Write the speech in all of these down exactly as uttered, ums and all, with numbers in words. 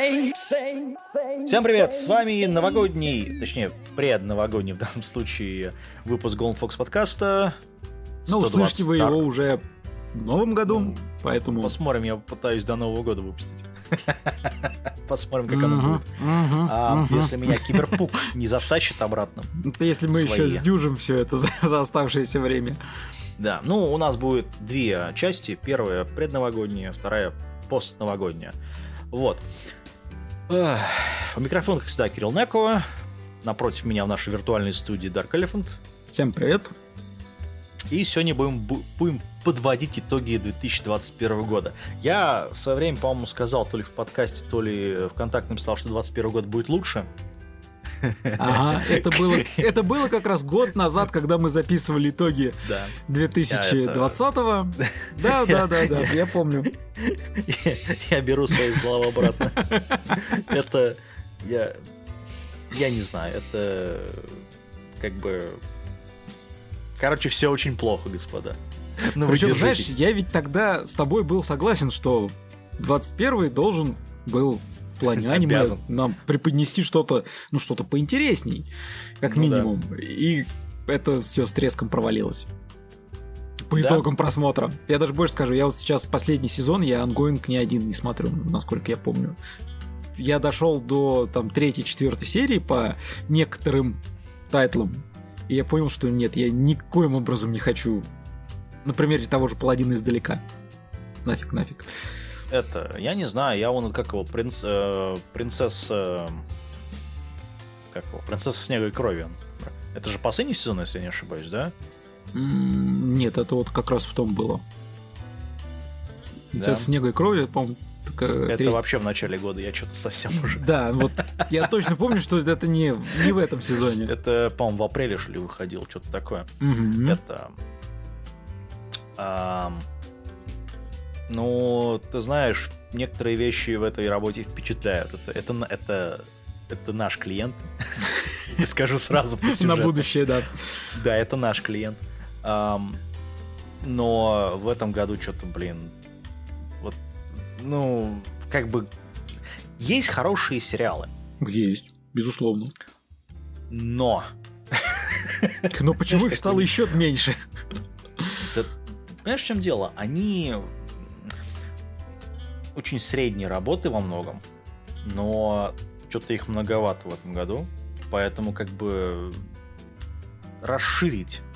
Всем привет, с вами новогодний, точнее, предновогодний в данном случае выпуск Golden Fox подкаста. Ну, услышите вы его уже в новом году, ну, поэтому... Посмотрим, я пытаюсь до Нового года выпустить. Посмотрим, как оно будет. А если меня Киберпук не затащит обратно. Это если мы еще сдюжим все это за оставшееся время. Да, ну, у нас будет две части. Первая предновогодняя, вторая постновогодняя. Вот. У микрофона, как всегда, Кирилл Некова. Напротив меня в нашей виртуальной студии Dark Elephant. Всем привет. И сегодня будем, будем подводить итоги две тысячи двадцать первого года. Я в свое время, по-моему, сказал, то ли в подкасте, то ли ВКонтакте написал, что двадцать первый год будет лучше. Ага, это было, это было как раз год назад, когда мы записывали итоги да. две тысячи двадцатого. Да, да, да, да, я помню. Я, я беру свои слова обратно. Это я, я не знаю, это как бы, короче, все очень плохо, господа. Ну, причем, знаешь, я ведь тогда с тобой был согласен, что двадцать первый должен был в плане аниме обязан. Нам преподнести что-то, ну, что-то поинтересней, как ну, минимум. Да. И это все с треском провалилось. По да? итогам просмотра. Я даже больше скажу, я вот сейчас последний сезон, я ангоинг ни один не смотрю, насколько я помню. Я дошел до там третьей-четвертой серии по некоторым тайтлам, и я понял, что нет, я никоим образом не хочу. На примере того же Паладина издалека. Нафиг, нафиг. Это, я не знаю, я вон, как его, принц, э, принцесса... Как его? Принцесса Снега и Крови. Это же последний сезон, если я не ошибаюсь, да? Нет, это вот как раз в том было. Принцесса да? Снега и Крови, по-моему, такая... Это треть... вообще в начале года, я что-то совсем уже... Да, вот я точно помню, что это не, не в этом сезоне. Это, по-моему, в апреле, что ли, выходил, что-то такое. Это... Ну, ты знаешь, некоторые вещи в этой работе впечатляют. Это, это, это, это наш клиент. Я скажу сразу по сюжету. На будущее, да. Да, это наш клиент. Но в этом году что-то, блин, вот, ну, как бы есть хорошие сериалы. Есть, безусловно. Но. Но почему их стало еще меньше? Понимаешь, в чем дело? Они очень средние работы во многом, но что-то их многовато в этом году, поэтому как бы расширить.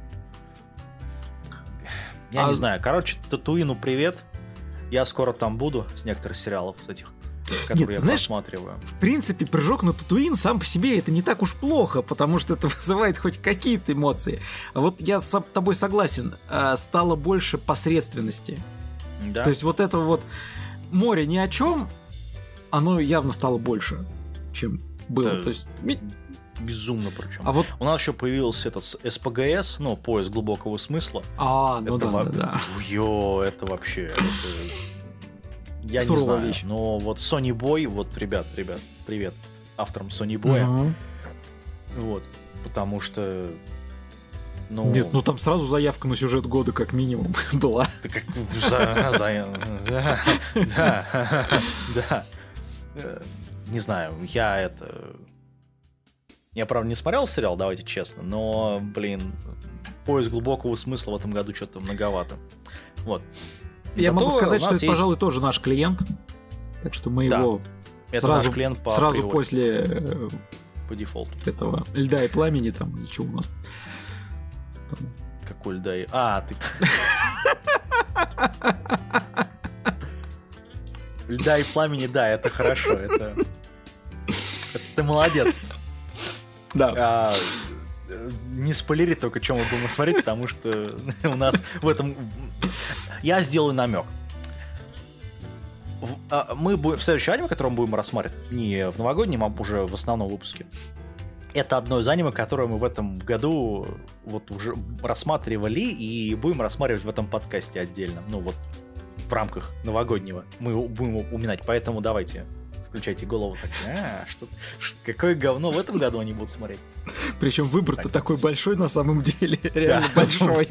Я а... не знаю. Короче, Татуину привет. Я скоро там буду с некоторых сериалов с этих, которые Нет, я знаешь, просматриваю. В принципе, прыжок на Татуин сам по себе это не так уж плохо, потому что это вызывает хоть какие-то эмоции. А вот я с тобой согласен, стало больше посредственности. Да. То есть вот это вот море ни о чем, оно явно стало больше, чем было. Это То есть безумно причем. А вот у нас еще появился этот эс пэ гэ эс, ну, поиск глубокого смысла. А, ну это да, во... да, да. Йо, это вообще... Это... Я Суровая не знаю, вещь. Но вот Sony Boy, вот, ребят, ребят, привет авторам Sony Boy. Uh-huh. Вот, потому что... Ну... Нет, ну там сразу заявка на сюжет года как минимум была. Да, да. Не знаю, я это... Я, правда, не смотрел сериал, давайте честно, но, блин, поиск глубокого смысла в этом году что-то многовато. Вот. Я Зато могу сказать, что это, есть... пожалуй, тоже наш клиент. Так что мы да, его сразу, по сразу после по дефолту этого льда и пламени там, и что у нас там... Какой льда и... А, ты... Льда и пламени, да, это хорошо, это... Ты молодец. Да. А, не спойлери только, что мы будем смотреть, потому что у нас в этом... Я сделаю намек. Мы будем... В следующем аниме, которое мы будем рассматривать, не в новогоднем, а уже в основном выпуске, это одно из аниме, которое мы в этом году вот уже рассматривали и будем рассматривать в этом подкасте отдельно. Ну вот в рамках новогоднего мы будем упоминать, поэтому давайте... Включайте голову так, а, что, какое говно в этом году они будут смотреть. Причем выбор-то так, такой большой на самом деле, реально да. большой.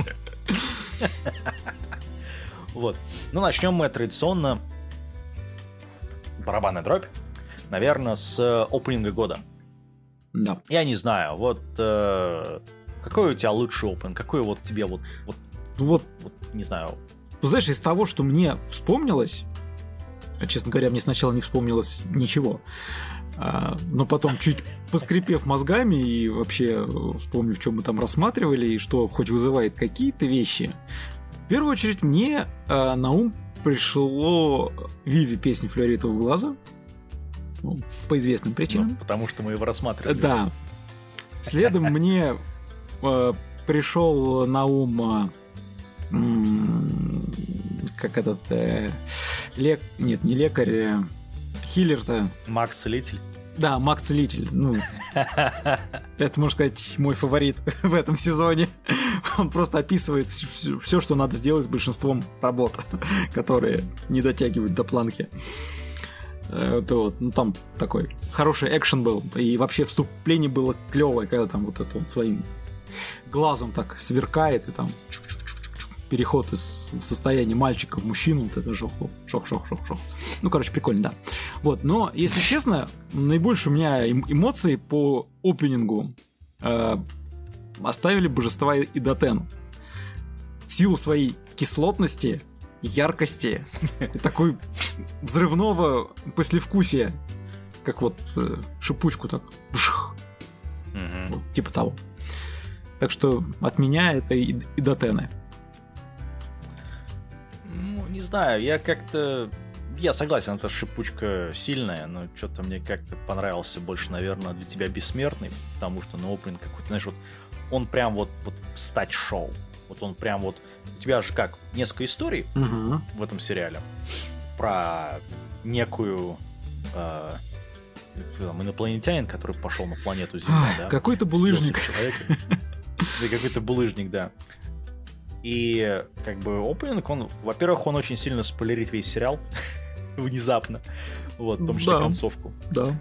Вот. Ну, начнем мы традиционно. Барабанная дробь. наверное, с опенинга года. Да. Я не знаю, вот э, какой у тебя лучший опенинг, какой вот тебе вот, вот, вот, вот не знаю. Знаешь, из того, что мне вспомнилось, честно говоря, мне сначала не вспомнилось ничего, но потом, чуть поскрипев мозгами и вообще вспомнив, что мы там рассматривали, и что хоть вызывает какие-то вещи, в первую очередь мне на ум пришло Виви песни «Фиолетового глаза», ну, по известным причинам. Ну, потому что мы его рассматривали. Да. Следом мне пришел на ум как этот лек... нет, не лекарь, хиллер-то. Маг-целитель. Да, маг-целитель. Ну, это, можно сказать, мой фаворит в этом сезоне. Он просто описывает все, все, что надо сделать с большинством работ, которые не дотягивают до планки. Это вот, ну, там такой хороший экшен был. И вообще вступление было клевое, когда там вот это он своим глазом так сверкает, и там переход из состояния мальчика в мужчину, вот это шок, шок, шок, шок, шок. Ну, короче, прикольно, да. Вот, но, если честно, наибольше у меня эмоции по опенингу э, оставили божества Идатен. В силу своей кислотности, яркости и такой взрывного послевкусия, как вот э, шипучку так. Mm-hmm. Вот, типа того. Так что от меня это Идатены. Ну, не знаю, я как-то... Я согласен, эта шипучка сильная, но что-то мне как-то понравился больше, наверное, для тебя Бессмертный, потому что, ну, опенинг какой-то, знаешь, вот он прям вот, вот встать шоу. Вот он прям вот... У тебя же как, несколько историй угу. в этом сериале про некую... Э, там, инопланетянин, который пошел на планету Земля, Ах, да? Какой-то булыжник. Да, какой-то булыжник, да. И как бы опенинг, он, во-первых, он очень сильно спойлерит весь сериал внезапно, вот, в том числе да. концовку. Да.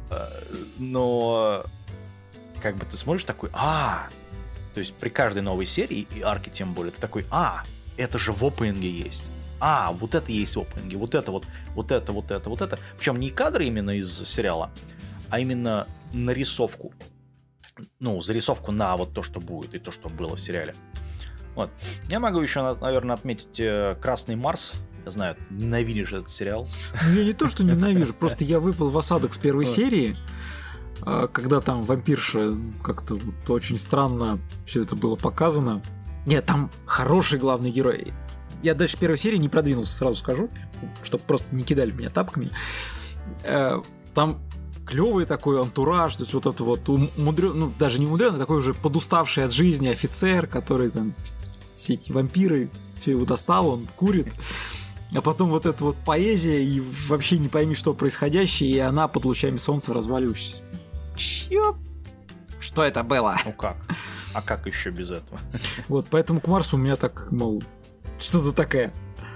Но как бы ты смотришь такой, а, то есть при каждой новой серии и арке тем более, ты такой, а, это же в опенинге есть. А, вот это есть в опенинге, вот это вот, вот это, вот это, вот это. Причем не кадры именно из сериала, а именно нарисовку. Ну, зарисовку на вот то, что будет и то, что было в сериале. Вот. Я могу еще, наверное, отметить э, «Красный Марс». Я знаю, ты ненавидишь этот сериал. Ну, я не то, что ненавижу, просто я выпал в осадок с первой серии, когда там вампирша как-то вот очень странно все это было показано. Нет, там хороший главный герой. Я дальше первой серии не продвинулся, сразу скажу, чтобы просто не кидали меня тапками. Там клевый такой антураж, то есть вот это вот умудренный, ну даже не умудренный, такой уже подуставший от жизни офицер, который там все эти вампиры, все его достало, он курит. А потом вот эта вот поэзия и вообще не пойми, что происходящее, и она под лучами солнца разваливающаяся. Чё? Что это было? Ну как? А как еще без этого? Вот, поэтому к Марсу у меня так, мол, что за такая?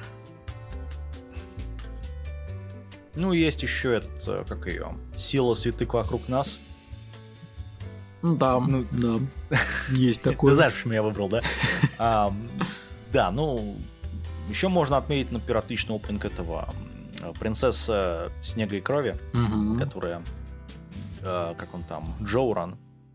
Ну, есть еще этот, как ее, «Сила святых вокруг нас». Да, ну, да, есть такое. Ты знаешь, почему я выбрал, да? а, да, ну, еще можно отметить, например, отличный опенинг этого «Принцесса снега и крови», угу. которая, э, как он там, Джоуран.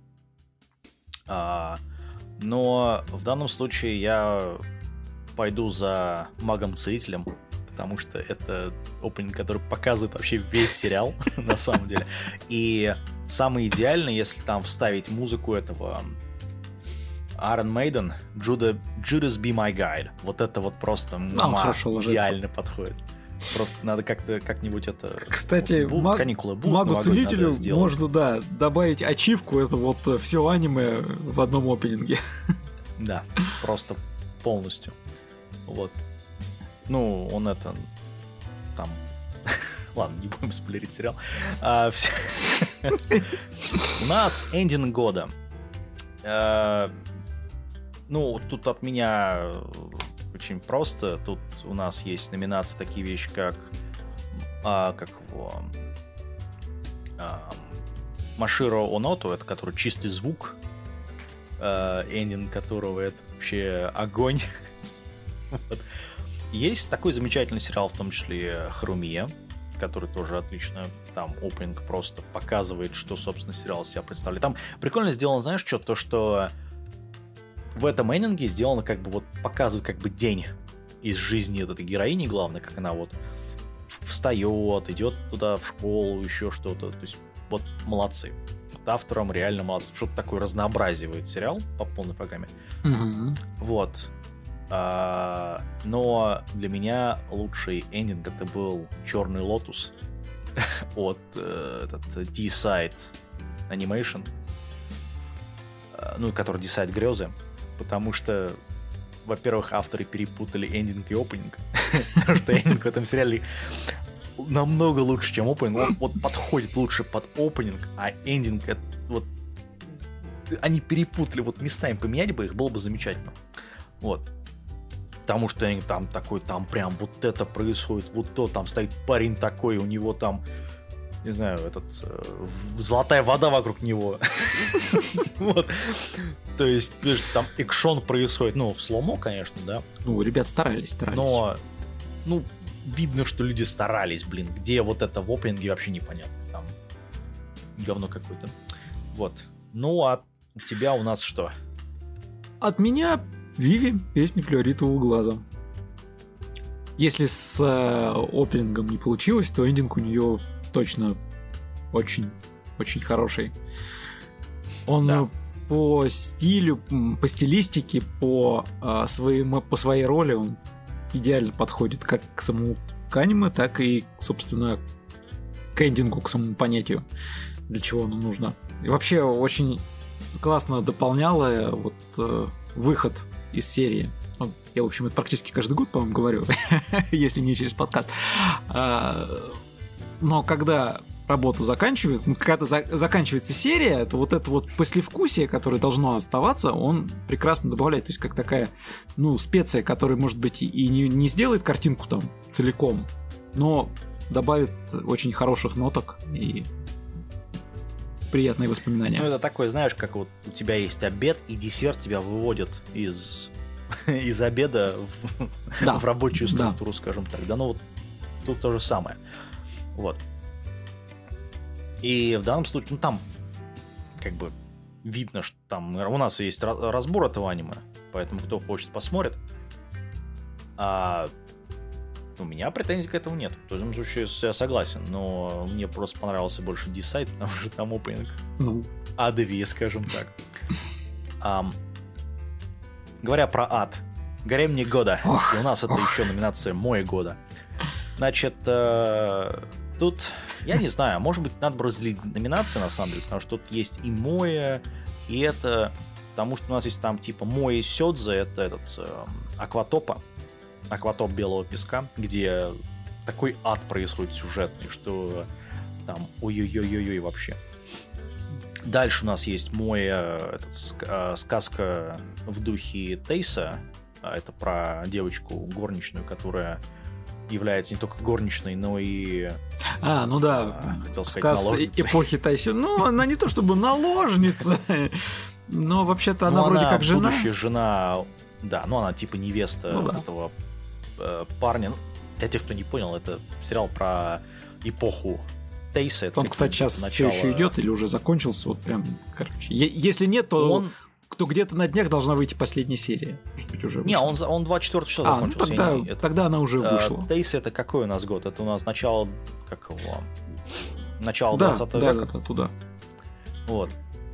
А, но в данном случае я пойду за магом-целителем, потому что это опенинг, который показывает вообще весь сериал, на самом деле. И самое идеальное, если там вставить музыку этого Iron Maiden, Judas Be My Guide. Вот это вот просто идеально подходит. Просто надо как-то как-нибудь это... Кстати, бу- маг... каникулы будут, магу-целителю можно, да, добавить ачивку, это вот все аниме в одном опенинге. Да, просто полностью. Вот. Ну, он это... Там... Ладно, не будем спойлерить сериал. А, все... У нас эндинг года. А, ну, тут от меня очень просто. Тут у нас есть номинации, такие вещи, как... А, как его... А, Маширо Оното, это который чистый звук. А, эндинг которого это вообще огонь. Вот. Есть такой замечательный сериал, в том числе Хрумия. который тоже отлично. Там опенинг просто показывает, что, собственно, сериал из себя представляет. Там прикольно сделано, знаешь, что? То, что в этом эндинге сделано, как бы вот показывает как бы день из жизни этой героини главной, как она вот встает, идет туда в школу, еще что-то. То есть вот молодцы. Вот авторам реально молодцы. Что-то такое разнообразивает сериал по полной программе. Mm-hmm. Вот. А, но для меня лучший эндинг это был «Черный лотус» от э, этот D-Side Animation, э, ну, который D-Side Грезы, потому что, во-первых, авторы перепутали эндинг и опенинг, потому что эндинг в этом сериале намного лучше, чем опенинг. Он вот подходит лучше под опенинг, а эндинг это вот они перепутали, вот местами поменять бы их, было бы замечательно. Вот. Потому что они там такой, там прям вот это происходит, вот то, там стоит парень такой, у него там, не знаю, этот э, золотая вода вокруг него. Вот. То есть, там экшон происходит, ну, в слоумо, конечно, да. Ну, ребят старались, старались. Но, ну, видно, что люди старались, блин. Где вот это в опенинге, вообще непонятно. Там говно какое-то. Вот. Ну, а у тебя у нас что? От меня... Виви, песня флюоритового глаза. Если с э, опенингом не получилось, то эндинг у нее точно очень, очень хороший. Он да. по стилю, по стилистике, по, э, своему, по своей роли он идеально подходит как к самому к аниме, так и, собственно, к эндингу, к самому понятию, для чего оно нужно. И вообще очень классно дополняло вот э, выход из серии. Ну, я, в общем, это практически каждый год, по-моему, говорю, если не через подкаст. Но когда работа заканчивается, ну, когда за- заканчивается серия, то вот это вот послевкусие, которое должно оставаться, он прекрасно добавляет. То есть как такая, ну, специя, которая, может быть, и не, не сделает картинку там целиком, но добавит очень хороших ноток и приятные воспоминания. Ну, это такое, знаешь, как вот у тебя есть обед, и десерт тебя выводит из, из обеда в, да. в рабочую структуру, да. скажем так. Да, ну вот тут то же самое. Вот. И в данном случае, ну там как бы видно, что там у нас есть разбор этого аниме, поэтому кто хочет, посмотрит. А у меня претензий к этому нет. В том случае я согласен, но мне просто понравился больше D-Side, потому что там опенинг ну. адовее, скажем так. um, говоря про ад, Гарем года. Ох, и у нас это ох. еще номинация Мой года. Значит, э, тут, я не знаю, может быть, надо бы разделить номинации, на самом деле, потому что тут есть и Мое, и это, потому что у нас есть там типа Мое и Сёдзе, это этот э, Акватопа. Акватоп белого песка, где такой ад происходит сюжетный, что там ой-ой-ой-ой вообще. Дальше у нас есть мой этот, сказка в духе Тейса. Это про девочку горничную, которая является не только горничной, но и... А, ну да, а, хотел сказать, сказ эпохи Тайси. Ну, она не то чтобы наложница, но вообще-то она вроде как жена. Будущая жена, да, ну она типа невеста вот этого парня. Для тех, кто не понял, это сериал про эпоху Тейса. Он, кстати, сейчас начало... все еще идет или уже закончился? Вот прям, короче. Если нет, то он... то где-то на днях должна выйти последняя серия. Может быть, уже вышла. Не, он, он двадцать четвёртого числа а, закончился. Ну, тогда, не... это... тогда она уже вышла. Тейс это какой у нас год? Это у нас начало... Как его? Начало да, двадцатого да, века. Да, да, туда. Вот.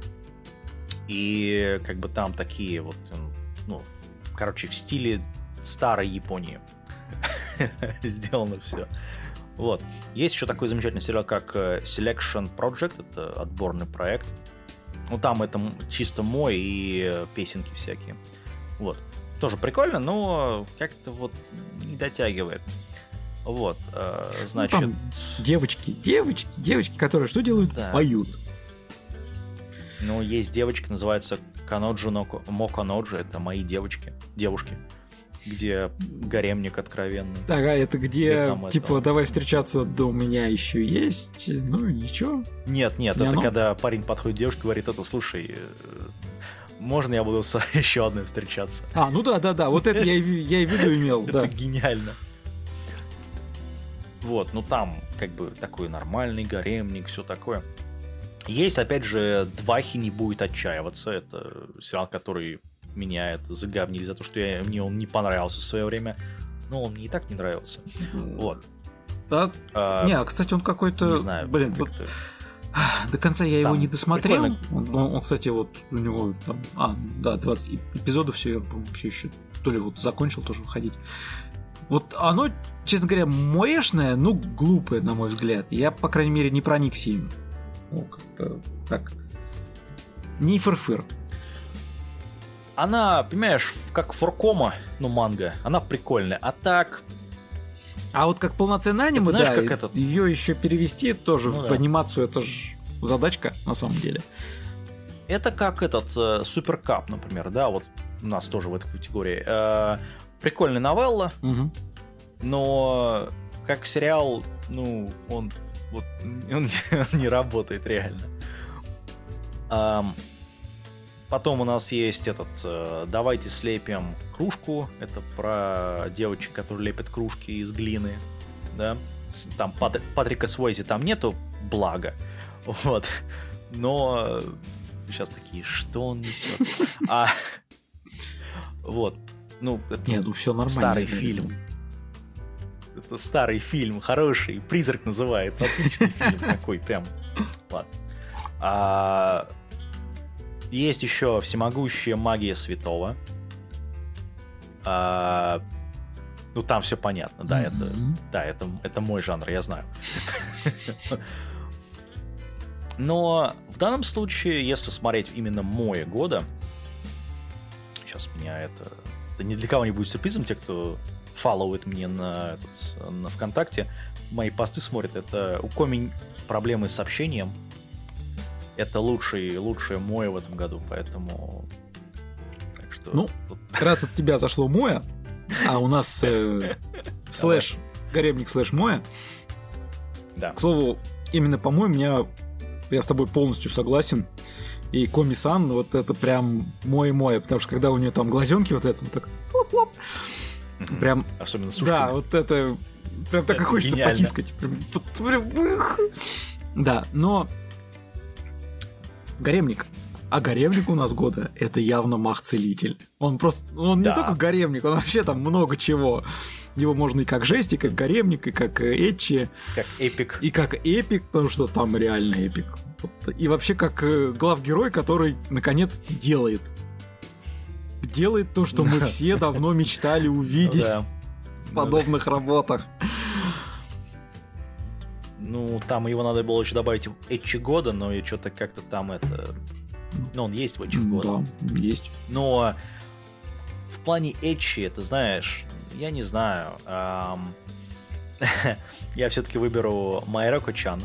И как бы там такие вот... Ну, короче, в стиле старой Японии сделано все. Вот. Есть еще такой замечательный сериал, как Selection Project, это отборный проект. Ну, там это чисто мой и песенки всякие. Вот. Тоже прикольно, но как-то вот не дотягивает. Вот. Значит... Ну, девочки, девочки, девочки, которые что делают? Да. Поют. Ну, есть девочка, называется Каноджи Моканоджи, это мои девочки, девушки. Где гаремник откровенный. Так, а это где, где типа, это... давай встречаться, да у меня еще есть, ну ничего. Нет, нет, не это оно? Когда парень подходит к девушке, говорит, это, слушай, можно я буду с еще одной встречаться? А, ну да, да, да, вот это я, я и в виду имел, да. Это гениально. Вот, ну там как бы такой нормальный гаремник, все такое. Есть, опять же, Двахи не будет отчаиваться. Это сериал, который меня это заговнили за то, что я, мне он не понравился в свое время. Но он мне и так не нравился. Вот. Да? А, не, кстати, он какой-то... Не знаю. Блин, вот... До конца я там его не досмотрел. Он, он, кстати, вот у него там... А, да, двадцать эпизодов все, я вообще еще то ли вот закончил тоже выходить. Вот оно, честно говоря, моешное, ну, глупое, на мой взгляд. Я, по крайней мере, не проникся им. Ну, как-то так. Не фырфыр. Она, понимаешь, как фуркома, ну, манга, она прикольная. А так... А вот как полноценное аниме, это, знаешь, да, как этот... ее еще перевести тоже ну, в да. анимацию, это же задачка, на самом деле. Это как этот э, Суперкап, например, да, вот у нас тоже в этой категории. Э, прикольная новелла, угу. но как сериал, ну, он, вот, он не работает реально. Um, потом у нас есть этот э, «Давайте слепим кружку». Это про девочек, которые лепят кружки из глины. Да? Там Пат- Патрика Суэйзи там нету, благо. Вот. Но сейчас такие, что он несет? А, вот. Ну, это Нет, ну все нормально. Старый фильм. Это старый фильм, хороший. «Призрак» называется. Отличный фильм такой, прям. Ладно. А... Есть еще «Всемогущая магия святого». А... Ну, там все понятно, да, mm-hmm. это, да, это, это мой жанр, я знаю. Но в данном случае, если смотреть именно мое года, сейчас меня это... Это ни для кого не будет сюрпризом, те, кто фолловует мне на, этот, на ВКонтакте, мои посты смотрят, это у Коми проблемы с общением. Это лучший, лучшее Моя в этом году, поэтому... Так что... Ну, тут... как раз от тебя зашло Моя, а у нас э, слэш, гаремник слэш Моя. Да. К слову, именно по Мою меня... Я с тобой полностью согласен. И Коми-сан, вот это прям Моя-Моя, потому что когда у нее там глазенки вот это, вот так хлоп-хлоп. Mm-hmm. Прям... Особенно с ушками. Да, вот это... Прям так и хочется гениально. Потискать. Прям, прям... Да, но... Гаремник. А гаремник у нас года — это явно Мах-целитель. Он просто... Он да. не только гаремник, он вообще там много чего. Его можно и как жесть, и как гаремник, и как этчи. Как эпик. И как эпик, потому что там реально эпик. И вообще как главгерой, который, наконец, делает. Делает то, что мы все давно мечтали увидеть в подобных работах. Ну, там его надо было еще добавить в Эчи года, но и что-то как-то там это... Ну, он есть в Эчи года. Да, есть. Но в плане Эчи, ты знаешь, я не знаю. Эм... я все-таки выберу Майроко-чан.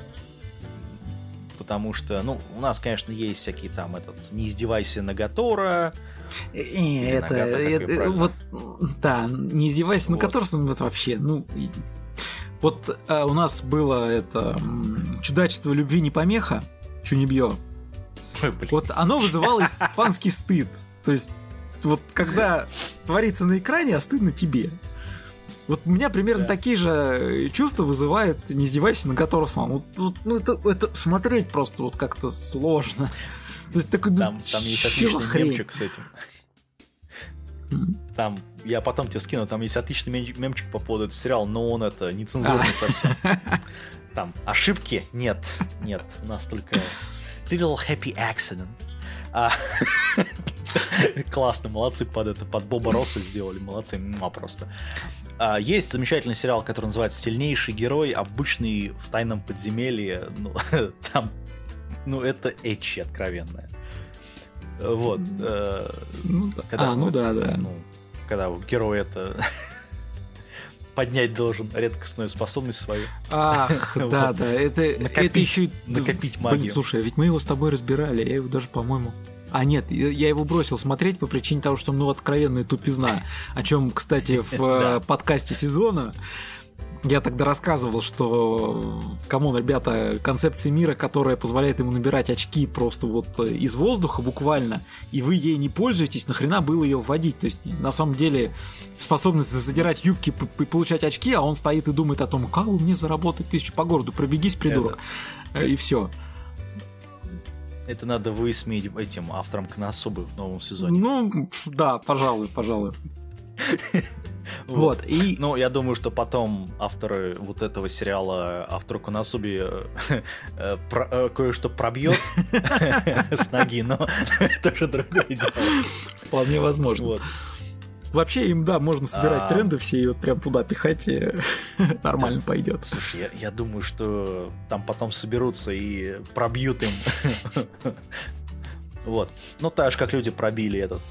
Потому что, ну, у нас, конечно, есть всякие там этот «Не издевайся, Нагатора». Не, это, это вот, да, «Не издевайся, вот. Нагатора», вот вообще, ну... Вот а, у нас было это «Чудачество любви не помеха», Чунибьё. Ой, вот оно вызывало испанский стыд. То есть, вот когда творится на экране, а стыдно тебе. Вот у меня примерно да. такие же чувства вызывает «Не издевайся, Нагатора-сан». Вот, вот, ну это, это смотреть просто вот как-то сложно. То есть такой, там, там есть отличный хрень? Мемчик с этим. Там, я потом тебе скину, там есть отличный мемчик по поводу этого сериала, но он это нецензурный совсем. Там ошибки? Нет, нет, у нас только little happy accident. А, классно, молодцы под это, под Боба Росса сделали, молодцы, муа просто. А, есть замечательный сериал, который называется «Сильнейший герой, обычный в тайном подземелье». Ну, там, ну это эчи откровенное. Вот. Э, ну, когда, а, ну да, да. Ну, когда герой это поднять должен редкостную способность свою. Ах, вот. да, да. Это, накопить, это еще накопить магию. Блин, слушай, ведь мы его с тобой разбирали. Я его даже, по-моему. А нет, я его бросил смотреть по причине того, что ну откровенная тупизна. О чем, кстати, в подкасте сезона я тогда рассказывал, что, камон, ребята, концепция мира, которая позволяет ему набирать очки просто вот из воздуха буквально, и вы ей не пользуетесь, нахрена было ее вводить? То есть, на самом деле, способность задирать юбки и получать очки, а он стоит и думает о том, как бы мне заработать тысячу по городу, пробегись, придурок. Это... И все. Это надо высмеять этим авторам Коносубы в новом сезоне. Ну, да, пожалуй, пожалуй. Вот, и... Ну, я думаю, что потом авторы вот этого сериала, автору Коносуби кое-что пробьет с ноги, но это уже другое дело. Вполне возможно. Вообще им, да, можно собирать а... тренды все и вот прям туда пихать, и нормально пойдет. Слушай, я, я думаю, что там потом соберутся и пробьют им. Вот. Ну, так же, как люди пробили этот...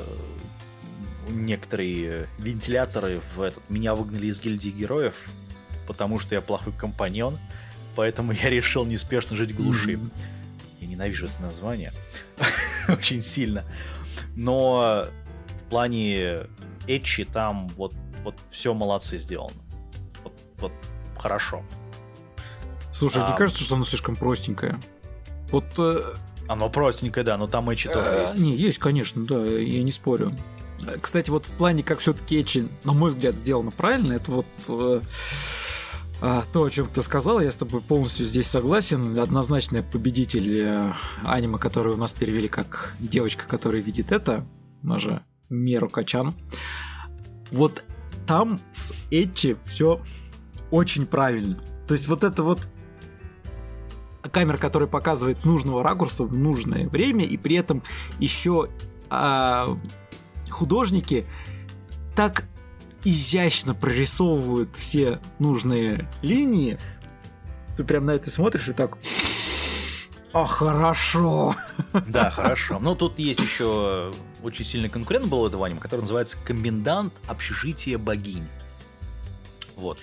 некоторые вентиляторы в этот... Меня выгнали из гильдии героев, потому что я плохой компаньон, поэтому я решил неспешно жить в глуши. Mm-hmm. Я ненавижу это название. Очень сильно. Но в плане этчи там вот, вот все молодцы сделано. Вот, вот хорошо. Слушай, а... не кажется, что оно слишком простенькое? Вот... Э... Оно простенькое, да, но там этчи тоже есть. Не, есть, конечно, да, я не спорю. Кстати, вот в плане, как все-таки этчи, на мой взгляд, сделано правильно, это вот э, э, то, о чем ты сказал, я с тобой полностью здесь согласен. Однозначно победитель э, аниме, который у нас перевели как девочка, которая видит это, она же Меру-Качан. Вот там с этчи все очень правильно. То есть вот это вот камера, которая показывает с нужного ракурса в нужное время, и при этом еще... Э, художники так изящно прорисовывают все нужные линии. Ты прям на это смотришь и так... А, хорошо! Да, хорошо. Ну, тут есть еще очень сильный конкурент был этого аниме, который называется «Комендант общежития богинь». Вот.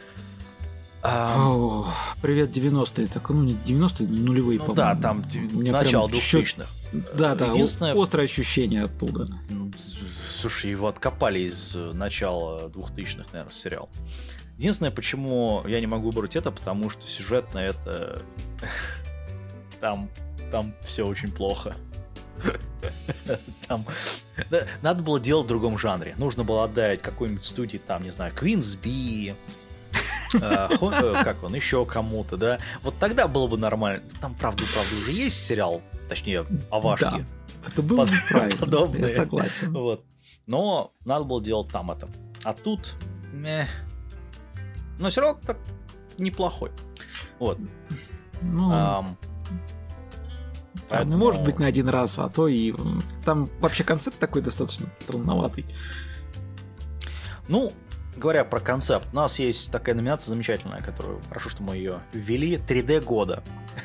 О, привет, девяностые. Так, ну, не девяностые, нулевые, ну, по-моему. Да, там начало двухтысячных. Да, да, Единственное... острое ощущение оттуда. Слушай, его откопали из начала двухтысячных, наверное, сериал. Единственное, почему я не могу выбрать это, потому что сюжетно это... там, там все очень плохо. Там... Надо было делать в другом жанре. Нужно было отдать какой-нибудь студии, там, не знаю, Queensbee, как он, еще кому-то, да. Вот тогда было бы нормально. Там, правда, правда, уже есть сериал, точнее, Овашки. Да, это было бы правильно, я согласен. Вот. Но надо было делать там это. А тут... Мeh. Но сериал так неплохой. Вот. Ну... Um, поэтому... Может быть, на один раз, а то и... Там вообще концепт такой достаточно странноватый. Ну, говоря про концепт, у нас есть такая номинация замечательная, которую, хорошо, что мы ее ввели, три дэ года.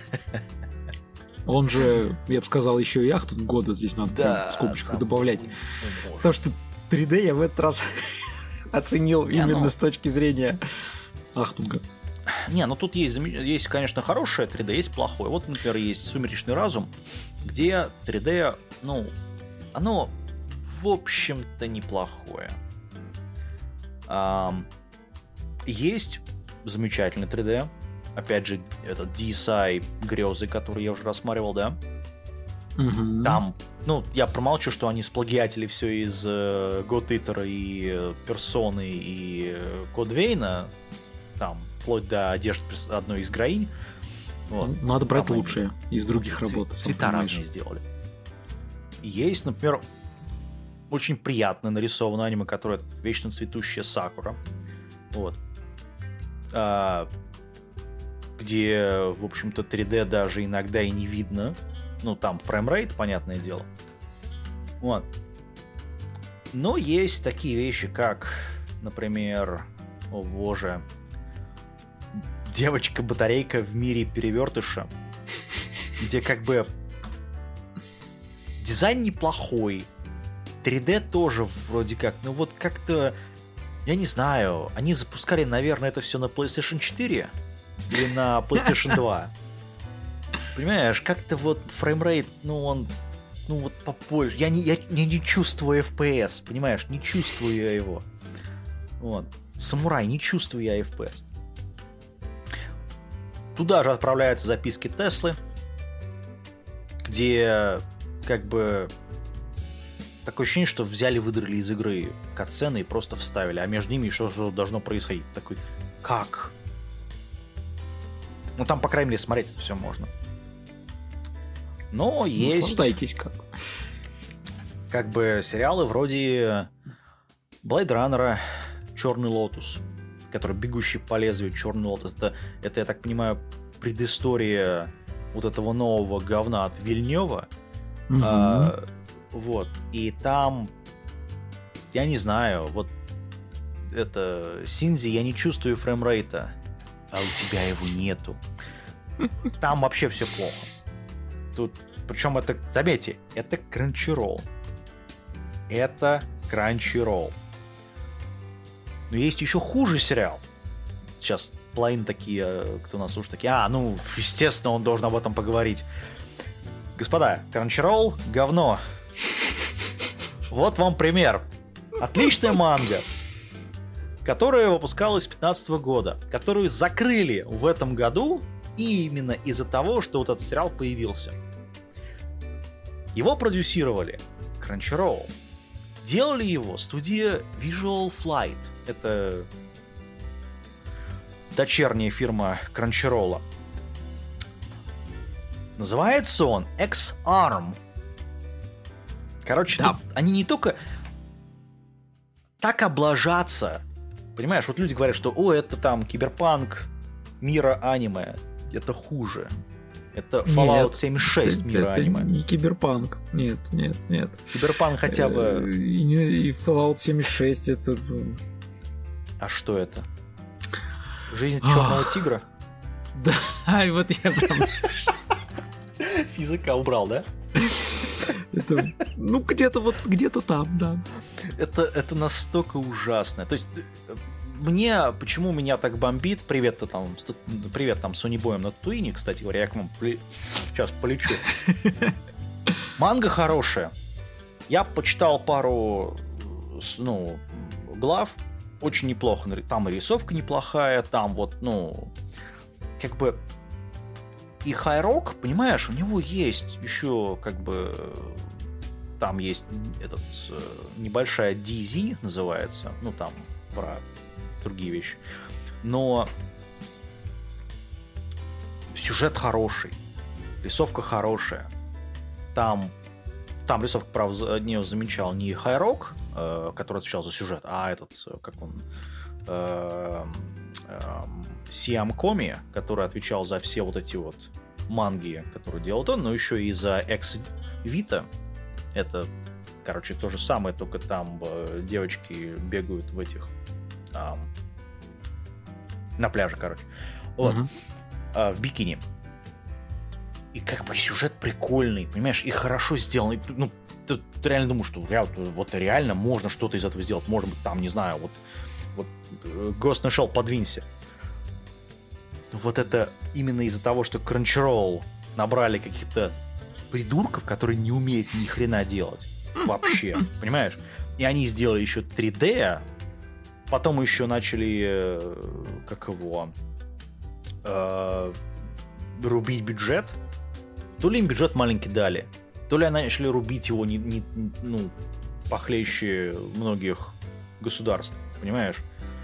Он же, я бы сказал, еще и Ахтунг года здесь надо да, в скобочках там... добавлять. Ой, потому что три дэ я в этот раз оценил не, именно ну... с точки зрения Ахтунга. Не, ну тут есть, есть, конечно, хорошее три дэ, есть плохое. Вот, например, есть «Сумеречный разум», где три дэ, ну, оно, в общем-то, неплохое. Есть замечательный три дэ. Опять же, этот ди эс ай «Грезы», который я уже рассматривал, да? Угу. Там, ну, я промолчу, что они сплагиатили все из э, God Eater и э, Персоны и э, Код Вейна, там, вплоть до одежды одной из героинь. Вот. Надо брать там лучшее они... из других Цве- работ. Цвета разные сделали. Есть, например, очень приятно нарисованное аниме, которое вечно цветущая Сакура. Вот. А, где, в общем-то, три дэ даже иногда и не видно. Ну, там фреймрейт, понятное дело. Вот. Но есть такие вещи, как, например, о боже, девочка-батарейка в мире перевертыша, где как бы дизайн неплохой, три дэ тоже вроде как, ну вот как-то, я не знаю, они запускали, наверное, это все на PlayStation четыре или на PlayStation два. Понимаешь, как-то вот фреймрейт, ну он, ну вот попозже. Я не, я, я не чувствую эф пи эс, понимаешь, не чувствую я его. Вот. самурай, не чувствую я эф пи эс. Туда же отправляются записки Теслы, где как бы такое ощущение, что взяли, выдрали из игры катсцены и просто вставили, а между ними что-то должно происходить. Такой, как? Ну там, по крайней мере, смотреть это все можно. Но есть... Наслаждайтесь как. Как бы сериалы вроде Blade Runner, Черный Лотус, который бегущий по лезвию, Черный Лотус. Это, это, я так понимаю, предыстория вот этого нового говна от Вильнёва. Mm-hmm. А, вот. И там, я не знаю, вот это Синзи, я не чувствую фреймрейта, а у тебя его нету. Там вообще все плохо. Тут, причем это, заметьте, это Crunchyroll. Это Crunchyroll. Но есть еще хуже сериал. Сейчас половина такие, кто нас слушает, такие, а, ну, естественно, он должен об этом поговорить. Господа, Crunchyroll — говно. Вот вам пример. Отличная манга, которая выпускалась с две тысячи пятнадцатого года, которую закрыли в этом году именно из-за того, что вот этот сериал появился. Его продюсировали Crunchyroll. Делали его студия Visual Flight. Это дочерняя фирма Crunchyroll. Называется он X-Arm. Короче, да. Они не только так облажаться. Понимаешь, вот люди говорят, что о, это там киберпанк мира аниме. Это хуже. Это Fallout нет, семьдесят шесть это, мира это аниме. Не киберпанк. Нет, нет, нет. Киберпанк хотя бы... И, и Fallout семьдесят шесть это... А что это? Жизнь черного тигра? Да, вот я прям... С языка убрал, да? Это, ну, где-то вот, где-то там, да. Это, это настолько ужасно. То есть, мне, почему меня так бомбит, привет-то там, привет там Sony Boy на Татуине, кстати говоря, я к вам пли... сейчас полечу. Манга хорошая. Я почитал пару, ну, глав, очень неплохо. Там и рисовка неплохая, там вот, ну, как бы... И Хайрок, понимаешь, у него есть еще как бы там есть этот небольшая ди зет называется, ну там про другие вещи, но сюжет хороший, рисовка хорошая, там там рисовка, правда, не замечал не Хайрок, э, который отвечал за сюжет, а этот, как он, э, э, Сиам Коми, который отвечал за все вот эти вот манги, которые делал он, но еще и за Экс Вита. Это, короче, то же самое, только там э, девочки бегают в этих э, на пляже, короче. Вот. Uh-huh. Э, в бикини. И как бы сюжет прикольный, понимаешь, и хорошо сделанный. Ну, ты, ты реально думаешь, что вот реально можно что-то из этого сделать. Может быть, там, не знаю, вот, вот Ghost in the Shell подвинься. Вот это именно из-за того, что Crunchyroll набрали каких-то придурков, которые не умеют ни хрена делать. Вообще. Понимаешь? И они сделали еще три дэ, потом еще начали, как его, э, рубить бюджет. То ли им бюджет маленький дали, то ли они начали рубить его не, не, ну, похлеще многих государств. Понимаешь?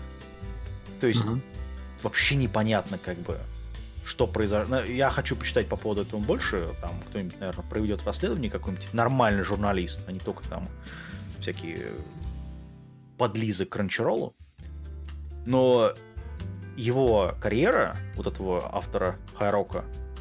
То есть... Uh-huh. Вообще непонятно, как бы, что произошло. Я хочу почитать по поводу этого больше. Там кто-нибудь, наверное, проведет расследование, какой-нибудь нормальный журналист, а не только там всякие подлизы к Crunchyroll. Но его карьера, вот этого автора Хайрока,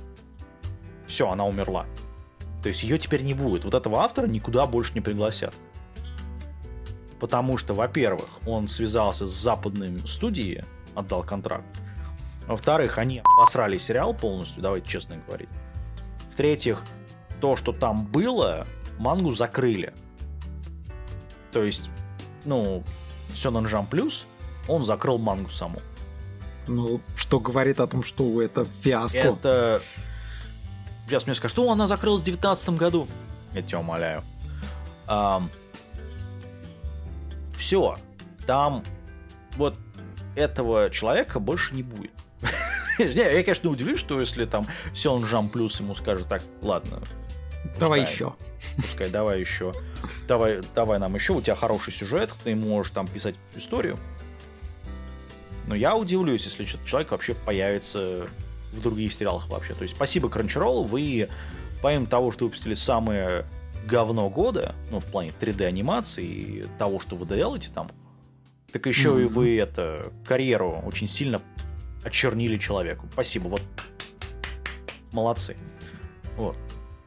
все, она умерла. То есть ее теперь не будет. Вот этого автора никуда больше не пригласят. Потому что, во-первых, он связался с западной студией, отдал контракт. Во-вторых, они обосрали сериал полностью, давайте честно говорить. В-третьих, то, что там было, мангу закрыли. То есть, ну, Shonen Jump Plus, он закрыл мангу саму. Ну, что говорит о том, что это фиаско. Это... Сейчас мне скажут, что она закрылась в девятнадцатом году. Я тебя умоляю. А... Все. Там вот этого человека больше не будет. Я, конечно, удивлюсь, что если там Сён Жам Плюс ему скажет, так, ладно, давай еще. Пускай, давай еще. Давай, давай нам еще, у тебя хороший сюжет, ты можешь там писать историю. Но я удивлюсь, если человек вообще появится в других сериалах вообще. То есть спасибо Crunchyroll, вы, помимо того, что выпустили самое говно года, ну, в плане три дэ анимации и того, что вы делаете там, так еще mm-hmm. и вы это, карьеру очень сильно очернили человеку. Спасибо, вот. Молодцы. Вот.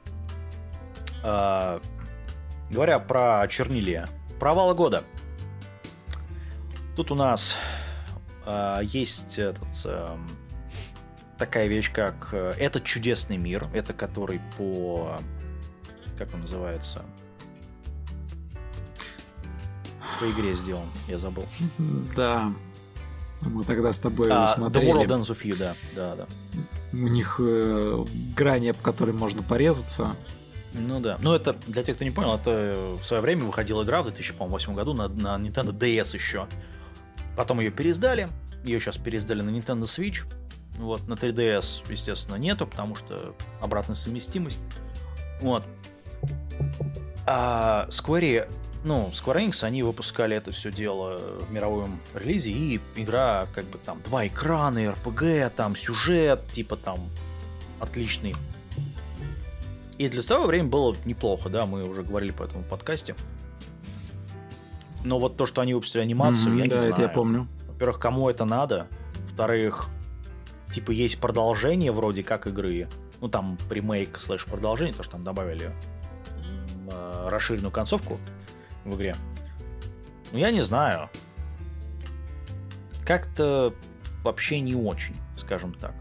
А, говоря про чернилье, провал года. Тут у нас а, есть этот, а, такая вещь, как «Этот чудесный мир». Это который по... Как он называется? По игре сделан, я забыл. Да. Мы тогда с тобой а, смотрели. The World Ends with You, да. да, да. У них э, грани, об которой можно порезаться. Ну да. Ну это, для тех, кто не понял, это в свое время выходила игра в две тысячи восьмом году на, на Nintendo ди эс еще. Потом ее переиздали. Ее сейчас переиздали на Nintendo Switch. Вот, на три ди эс, естественно, нету, потому что обратная совместимость. Вот. А Square, ну, Square Enix, они выпускали это все дело в мировом релизе, и игра, как бы там, два экрана, эр пи джи, там, сюжет, типа там, отличный. И для того времени было неплохо, да, мы уже говорили по этому подкасте. Но вот то, что они выпустили анимацию, mm-hmm, я не да, знаю. Это я помню. Во-первых, кому это надо? Во-вторых, типа есть продолжение вроде как игры. Ну, там ремейк слэш продолжение, то, что там добавили э, расширенную концовку в игре. Ну, я не знаю. Как-то вообще не очень, скажем так.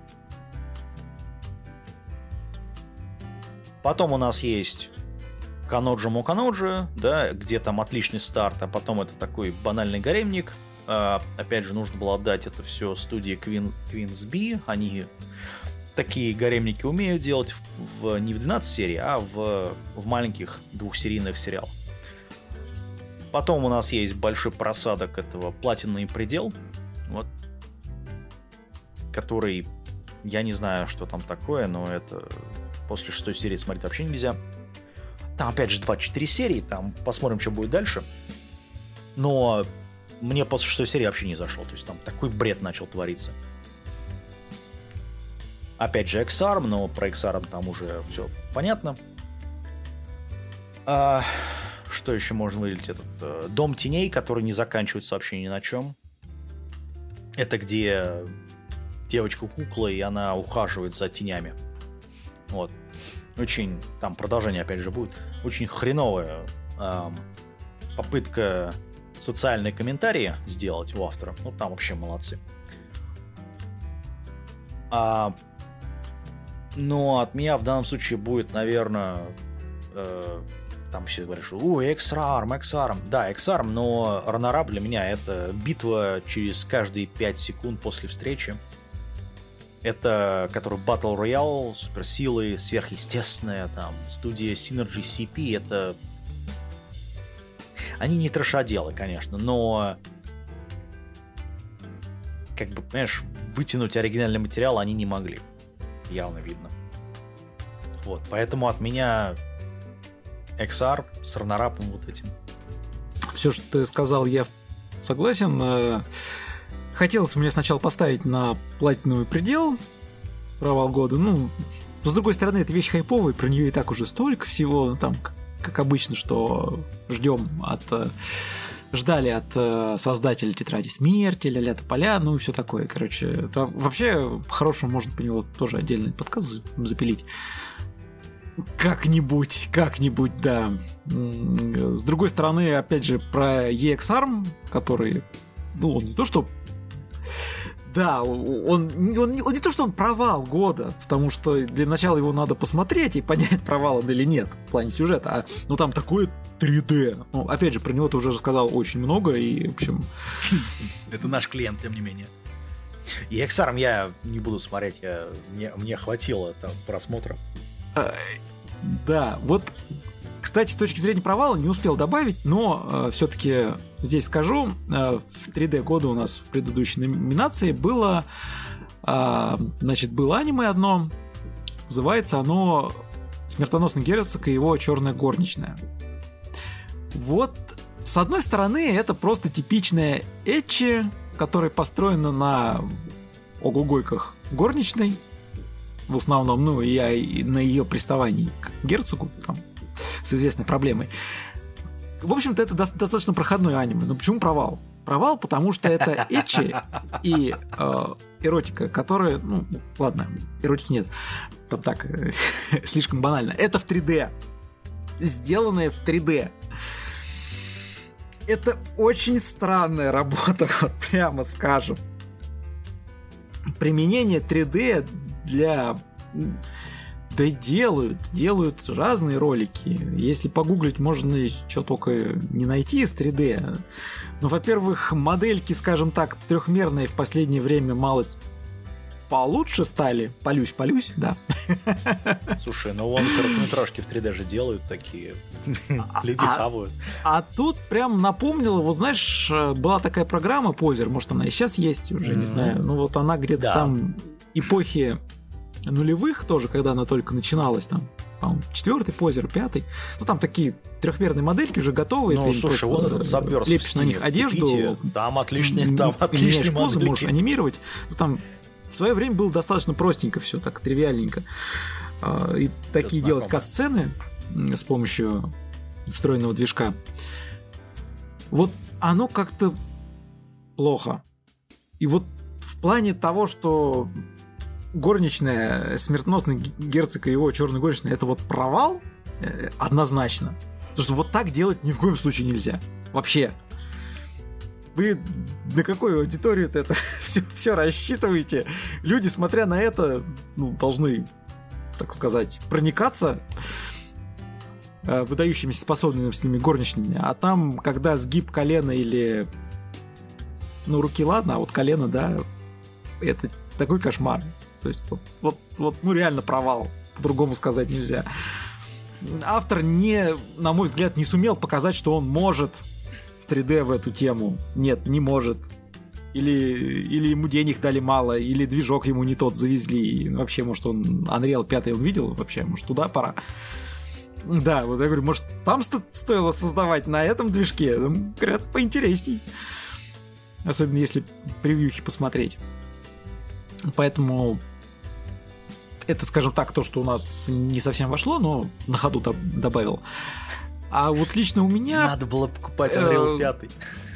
Потом у нас есть Каноджи Моканоджи, да, где там отличный старт, а потом это такой банальный гаремник. А, опять же, нужно было отдать это все студии Queen, Queen's Bee. Они такие гаремники умеют делать в, в, не в двенадцать серий, а в, в маленьких двухсерийных сериалах. Потом у нас есть большой просадок этого «Платинный предел», вот, который, я не знаю, что там такое, но это после шестой серии смотреть вообще нельзя. Там опять же двадцать четыре серии, там посмотрим, что будет дальше. Но мне после шестой серии вообще не зашло, то есть там такой бред начал твориться. Опять же X-Arm, но про X-Arm там уже все понятно. А, что еще можно выделить? Этот э, Дом теней, который не заканчивается вообще ни на чем. Это где девочка-кукла, и она ухаживает за тенями. Вот. Очень, там продолжение опять же будет. Очень хреновая э, попытка социальные комментарии сделать у автора. Ну, там вообще молодцы. А, но от меня в данном случае будет, наверное, э, там все говорят, что у, X-Arm, X-Arm. Да, X-Arm, но Ранорап для меня это битва через каждые пять секунд после встречи. Это, который Battle Royale, суперсилы, сверхъестественное, там, студия Synergy си пи, это... Они не трэшоделы, конечно, но... Как бы, понимаешь, вытянуть оригинальный материал они не могли. Явно видно. Вот, поэтому от меня икс ар с Ранорапом вот этим. Все, что ты сказал, я согласен. Хотелось мне сначала поставить на платиновый предел провал года. Ну, с другой стороны, это вещь хайповая, про нее и так уже столько всего. Там, как обычно, что ждем от... Ждали от создателя Тетради Смерти, Ля-Ля Тополя, ну и все такое. Короче, это вообще по-хорошему можно по него тоже отдельный подкаст запилить. Как-нибудь, как-нибудь, да. С другой стороны, опять же, про и икс-Arm, который, ну, он не то, что... Да, он, он, он не то, что он провал года, потому что для начала его надо посмотреть и понять, провал он или нет в плане сюжета. А, ну, там такое три дэ. Ну, опять же, про него ты уже рассказал очень много, и, в общем... Это наш клиент, тем не менее. И икс-Arm я не буду смотреть, я, мне, мне хватило там просмотра. А, да, вот... Кстати, с точки зрения провала не успел добавить, но э, все-таки здесь скажу, э, в три дэ года у нас в предыдущей номинации было, э, значит, было аниме одно, называется оно «Смертоносный герцог и его черная горничная». Вот, с одной стороны, это просто типичная эчи, которая построена на огугойках горничной, в основном, ну, и, и на ее приставании к герцогу, там, с известной проблемой. В общем-то, это до- достаточно проходное аниме. Но почему провал? Провал, потому что это эчи и э, эротика, которая, ну, ладно, эротики нет, там так, слишком банально. Это в три дэ. Сделанное в три дэ. Это очень странная работа, вот прямо скажем. Применение три дэ для... Да делают, делают разные ролики. Если погуглить, можно что только не найти из три дэ. Но, во-первых, модельки, скажем так, трехмерные в последнее время малость получше стали. Полюсь-полюсь, да. Слушай, ну вон короткометражки в три дэ же делают такие. Люди хавают. А тут прям напомнило, вот знаешь, была такая программа Позер, может она и сейчас есть, уже не знаю. Ну вот она где-то там эпохи нулевых тоже, когда она только начиналась, там, по-моему, четвертый Позер, пятый. Ну там такие трехмерные модельки уже готовые. Ну, слушай, вон этот Subverse. Лепишь на них одежду. Там отличные, там отличные позы, можешь анимировать. Ну, там в свое время было достаточно простенько все, так тривиальненько. И такие делать кат-сцены с помощью встроенного движка. Вот оно как-то плохо. И вот в плане того, что горничная, смертоносный герцог и его черная горничная, это вот провал однозначно. Потому что вот так делать ни в коем случае нельзя. Вообще. Вы на какую аудиторию-то это все, все рассчитываете? Люди, смотря на это, ну, должны, так сказать, проникаться э, выдающимися способностями горничными. А там, когда сгиб колена или... Ну, руки ладно, а вот колено, да, это такой кошмар. То есть, вот, вот, вот ну, реально провал. По-другому сказать нельзя. Автор, не, на мой взгляд, не сумел показать, что он может в три дэ в эту тему. Нет, не может. Или, или ему денег дали мало, или движок ему не тот завезли. И вообще, может, он Unreal пять он видел? Вообще, может, туда пора. Да, вот я говорю, может, там сто- стоило создавать на этом движке? Там, говорят, поинтересней. Особенно если превьюхи посмотреть. Поэтому это, скажем так, то, что у нас не совсем вошло, но на ходу добавил. А вот лично у меня... Надо было покупать Unreal пять.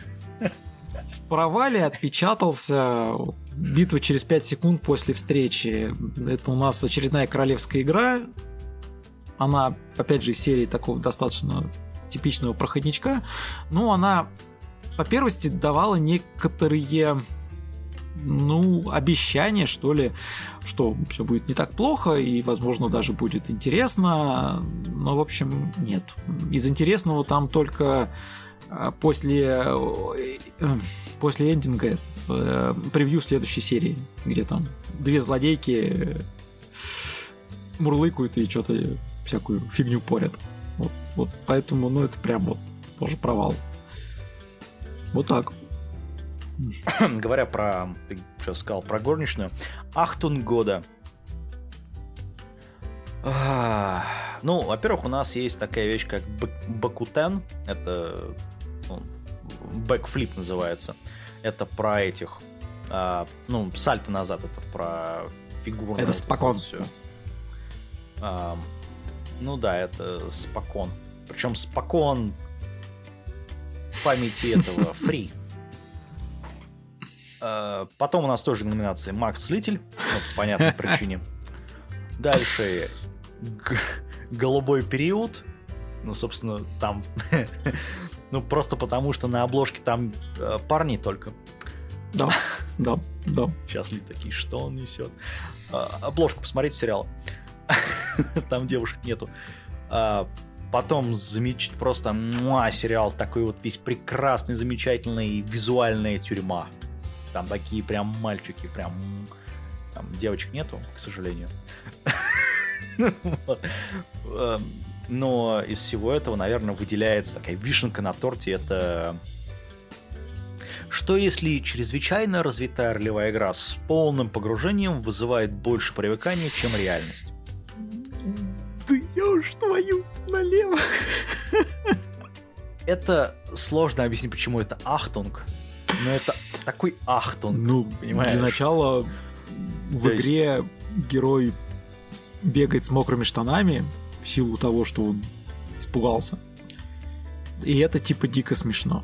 В провале отпечатался битва через пять секунд после встречи. Это у нас очередная королевская игра. Она, опять же, из серии такого достаточно типичного проходничка. Но она, по первости, давала некоторые... ну, обещание, что ли, что все будет не так плохо и, возможно, даже будет интересно. Но, в общем, нет. Из интересного там только после, после эндинга этот, превью следующей серии, где там две злодейки мурлыкают и что-то всякую фигню порят. Вот, вот поэтому, ну, это прям вот тоже провал. Вот так. Говоря про, ты сейчас сказал, про горничную, Ахтун года. А, ну, во-первых, у нас есть такая вещь, как Бакутен. Это, ну, бэкфлип называется. Это про этих, а, ну, сальто назад, это про фигурную... Это спокон. А, ну да, это спокон. Причем спокон в памяти этого фри. Потом у нас тоже номинации Макс Слитель, ну, по понятной причине. Дальше г- голубой период. Ну, собственно, там... ну, просто потому, что на обложке там э, парни только. Да, да, да. Сейчас Ли такие, что он несет? Э, обложку посмотрите сериал. Там девушек нету. Э, потом замеч... просто муа, сериал такой вот весь прекрасный, замечательный, визуальная тюрьма. Там такие прям мальчики, прям... Там девочек нету, к сожалению. Но из всего этого, наверное, выделяется такая вишенка на торте. Это что если чрезвычайно развитая ролевая игра с полным погружением вызывает больше привыкания, чем реальность? Да я уж твою налево. Это сложно объяснить, почему это ахтунг, но это такой ахтунг, ну, понимаешь? Для начала в То игре есть... герой бегает с мокрыми штанами в силу того, что он испугался. И это типа дико смешно.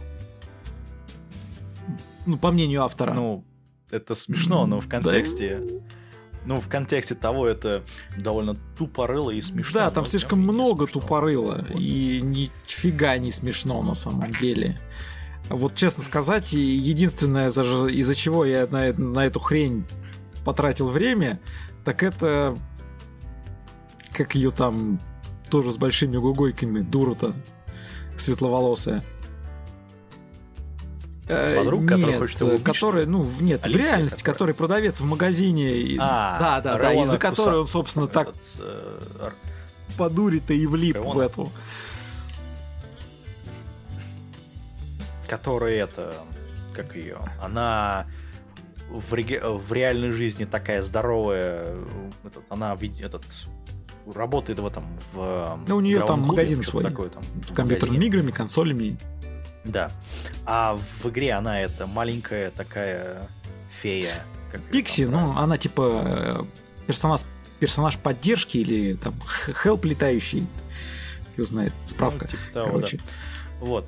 Ну, по мнению автора. Ну, это смешно, но в контексте... Да. Ну, в контексте того, это довольно тупорыло и смешно. Да, там слишком много тупорыло, и нифига не смешно на самом деле. Вот, честно сказать, единственное, из-за чего я на, на эту хрень потратил время, так это... Как ее там тоже с большими гугойками, дура-то светловолосая. Подруг, нет, который хочет его убить, который, ну, нет, Алисия, в реальности, которая... который продавец в магазине. А, да, да, да, из-за Кусан. которой он, собственно, Этот, так э... подурит и влип Равона. в эту. Которая это, как ее, она в, реге... в реальной жизни такая здоровая, этот, она этот, работает в этом, в ну, у нее там клубе, магазин свой, такое, там, с компьютерными играми, консолями. Да. А в игре она это маленькая такая фея. Пикси, ну, она типа персонаж, персонаж поддержки или там хелп летающий. Кто знает, справка. Ну, типа того, короче. Да. Вот.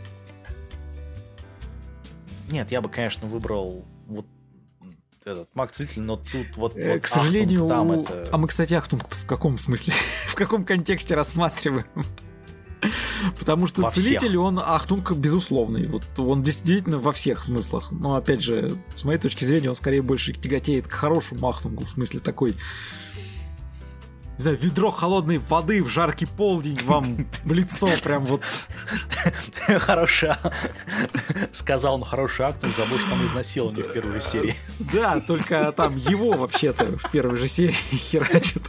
Нет, я бы, конечно, выбрал вот этот маг-целитель, но тут вот, э, вот к сожалению, там у... это... А мы, кстати, ахтунг в каком смысле? В каком контексте рассматриваем? Потому что во целитель, всех. Он ахтунг безусловный. Вот он действительно во всех смыслах. Но опять же, с моей точки зрения, он скорее больше тяготеет к хорошему ахтунгу. В смысле такой, не знаю, ведро холодной воды в жаркий полдень вам в лицо прям вот. Хороший. Сказал он хороший ахтунг, забыл, что там изнасилование в первой же серии. Да, только там его вообще-то в первой же серии херачат.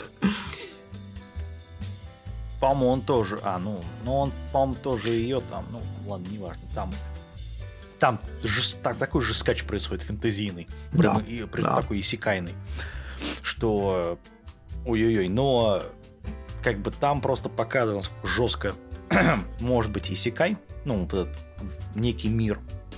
По-моему, он тоже... А, ну, ну он, по-моему, тоже ее там... Ну, ладно, неважно. Там... Там жест, так, такой жескач происходит, фэнтезийный. Да, прям, и, да. Такой исекайный. Что... Ой-ой-ой, но... Как бы там просто показано, насколько жестко может быть исекай. Ну, вот этот некий мир.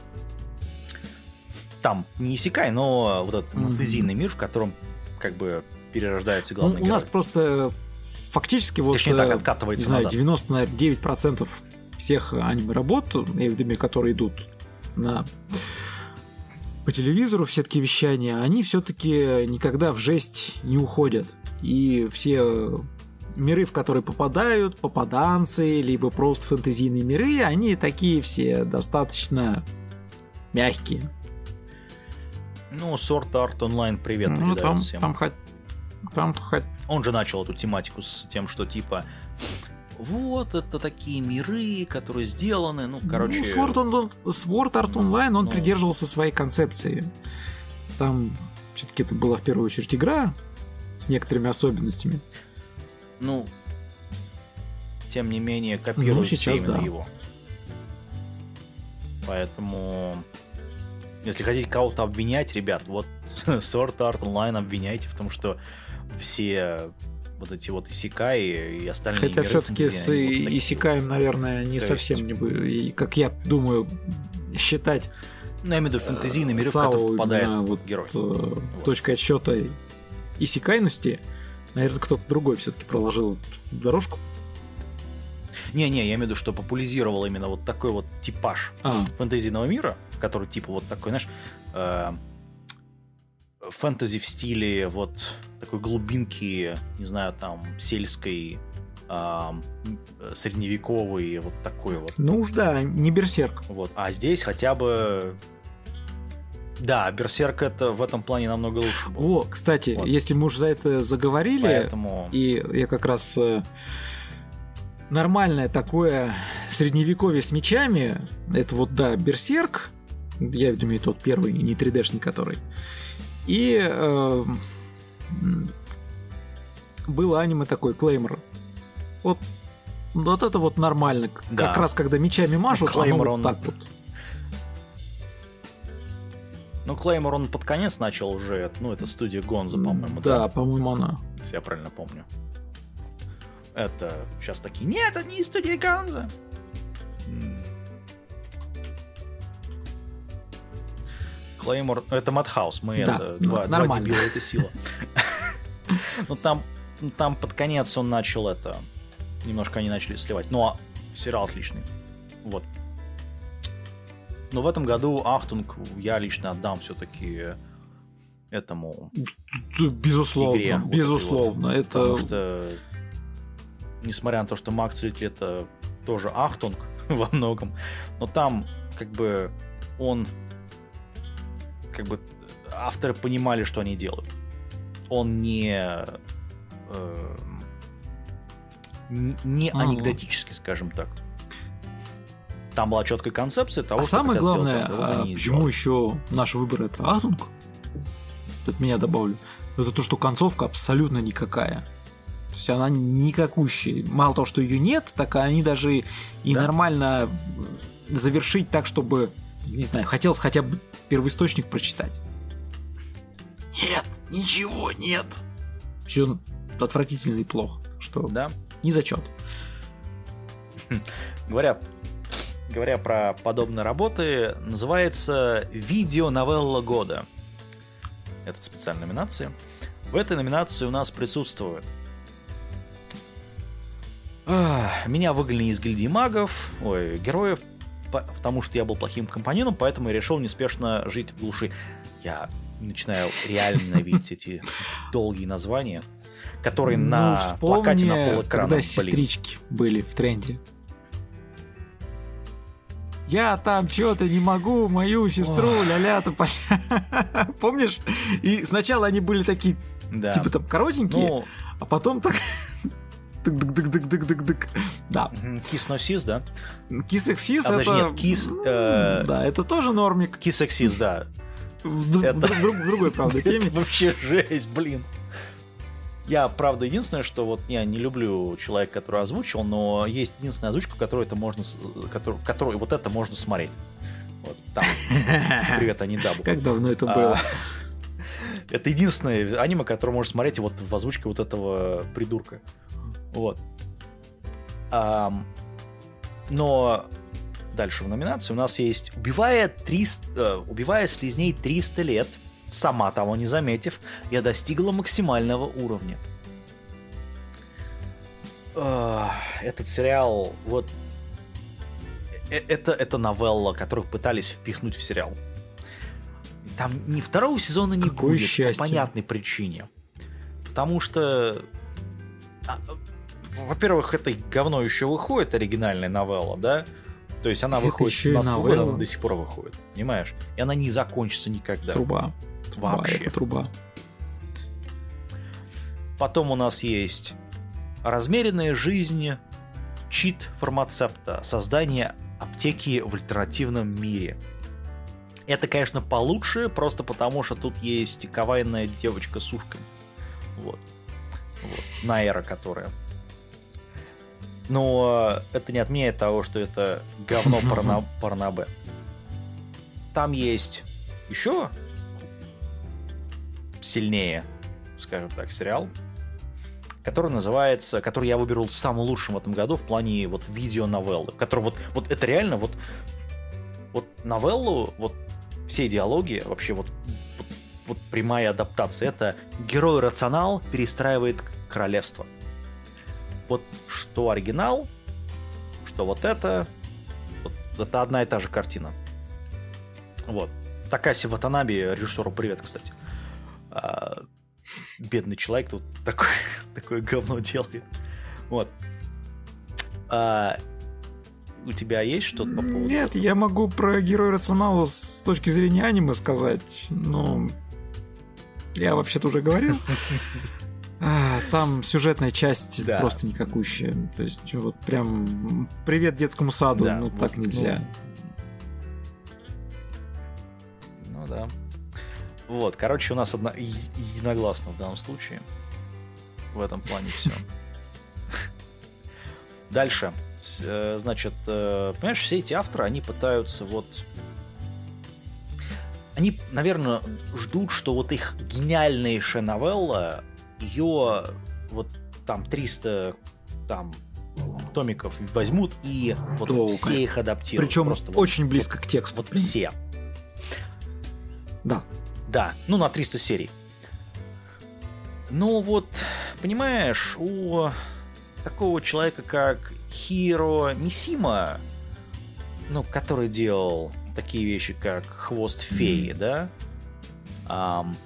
Там не исекай, но вот этот фэнтезийный mm-hmm. мир, в котором как бы перерождается главный ну, герой. У нас просто... Фактически, вот, Точнее, так откатывается не знаю, назад. девяносто девять процентов всех аниме-работ, которые идут на... по телевизору, в сетке вещания, они все-таки никогда в жесть не уходят. И все миры, в которые попадают, попаданцы, либо просто фэнтезийные миры, они такие все достаточно мягкие. Ну, Sword Art Online привет ну, передает там, всем. Там хоть... Там хоть... Он же начал эту тематику с тем, что типа вот это такие миры, которые сделаны, ну, короче... Ну, Sword, on, Sword Art Online, он ну... придерживался своей концепции. Там все-таки это была в первую очередь игра с некоторыми особенностями. Ну, тем не менее, копируется ну, сейчас, именно да. его. Поэтому, если хотите кого-то обвинять, ребят, вот Sword Art Online обвиняйте в том, что все вот эти вот исекаи и остальные Хотя миры все-таки с вот исекаем, наверное, не То совсем, есть... не бы, как я думаю, считать. Ну, я имею в виду фэнтезийные миры, в которые попадает вот, герой. Э, вот. Точкой отсчета исекайности, наверное, кто-то другой все-таки проложил дорожку. Не-не, я имею в виду, что популяризировал именно вот такой вот типаж а. фэнтезийного мира, который типа вот такой, знаешь, э, фэнтези в стиле вот такой глубинки, не знаю, там, сельской, э, средневековой, вот такой вот. Ну уж да, не берсерк. Вот. А здесь хотя бы... Да, берсерк это в этом плане намного лучше был. О, кстати, вот. Если мы уже за это заговорили, Поэтому... и я как раз... Нормальное такое средневековье с мечами, это вот, да, берсерк, я имею тот первый, не три дэ-шный который, и э, было аниме такое, Клеймор, Вот, вот это вот нормально. Да. Как раз когда мечами машут, Клеймор, оно вот он... так вот. Ну, Клеймор, он под конец начал уже, ну, это студия Гонза, по-моему. Да, да, по-моему, она. Если я правильно помню. Это сейчас такие, нет, это не студия Гонза. Клеймор, это Madhouse, мы да, это, два, два дебила, это сила. Ну, там, там под конец он начал это, немножко они начали сливать, но сериал отличный, вот. Но в этом году Ахтунг я лично отдам все-таки этому безусловно, игре, безусловно, вот, это... Потому что, несмотря на то, что Маг Целитель это тоже Ахтунг во многом, но там как бы он, как бы авторы понимали, что они делают. Он не э, не ага. анекдотический, скажем так. Там была четкая концепция того, а что самое главное, сделать, а а почему еще наш выбор это Ахтунг? Тут меня добавлю. Это то, что концовка абсолютно никакая. То есть она никакущая. Мало того, что ее нет, так они даже и да. нормально завершить так, чтобы, не знаю, хотелось хотя бы первоисточник прочитать. Нет, ничего нет. Все отвратительно и плохо. Что да. не зачет. Говоря, говоря про подобные работы, называется «Видеоновелла года». Это специальная номинация. В этой номинации у нас присутствует меня выгнали из гильдии магов, ой, героев, потому что я был плохим компаньоном, поэтому я решил неспешно жить в глуши. Я начинаю реально ненавидеть эти долгие названия, которые ну, на вспомни, плакате на полэкрана. Когда блин. Сестрички были в тренде. Я там что-то не могу, мою сестру, ля-ля-то... Помнишь? И сначала они были такие, да. типа там коротенькие, ну... а потом так... Дык-дык-дык-дык-дык-дык. Да. Kiss No Sis, да? Kiss Exis а, это... нет, Kiss... Э... Да, это тоже нормик. Kiss Exis, да. В, это... в, в, в другой, правда, теме. Это вообще жесть, блин. Я, правда, единственное, что вот я не люблю человека, который озвучил, но есть единственная озвучка, которую это можно, в которой вот это можно смотреть. Вот там. Привет, Анидабу. Как давно это было? Это единственное аниме, которое можно смотреть вот в озвучке вот этого придурка. Вот. А, но дальше в номинации у нас есть «Убивая, триста, убивая слизней триста лет, сама того не заметив, я достигла максимального уровня». А, этот сериал, вот... Это, это новелла, которую пытались впихнуть в сериал. Там ни второго сезона не Какое будет счастье. По понятной причине. Потому что... Во-первых, это говно еще выходит, оригинальная новелла, да? То есть она это выходит с семнадцатого года, она до сих пор выходит, понимаешь? И она не закончится никогда. Труба. Вообще. Труба, это труба. Потом у нас есть «Размеренная жизнь чит фармацепта. Создание аптеки в альтернативном мире». Это, конечно, получше, просто потому что тут есть кавайная девочка с ушками. Вот. Вот. Наэра, которая... Но это не отменяет того, что это говно порнобе. Там есть еще сильнее, скажем так, сериал, который называется, который я выберу самым лучшим в этом году в плане вот видеоновеллы, который вот, вот это реально вот, вот новеллу, вот все диалоги, вообще вот, вот, вот прямая адаптация. Это герой рационал перестраивает королевство. Вот что оригинал, что вот это, вот, это одна и та же картина. Вот. Такаси Ватанаби, режиссеру привет, кстати. А, бедный человек тут такое, такое говно делает. Вот. А, у тебя есть что-то по поводу Нет, этого? Я могу про Героя Рационала с точки зрения аниме сказать, но я вообще-то уже говорил. А, там сюжетная часть да. просто никакущая. То есть вот прям привет детскому саду, да, ну вот, так нельзя. Ну, ну да. Вот, короче, у нас одно... единогласно в данном случае. В этом плане все. дальше. Значит, понимаешь, все эти авторы, они пытаются вот... Они, наверное, ждут, что вот их гениальнейшая новелла, ее вот там триста там, томиков возьмут и вот О, все конечно. их адаптируют. Причем просто очень вот, близко вот, к тексту. Вот все. Да. Да, ну на триста серий. Ну вот, понимаешь, у такого человека, как Хиро Мисима, ну, который делал такие вещи, как «Хвост феи», mm. да? Um,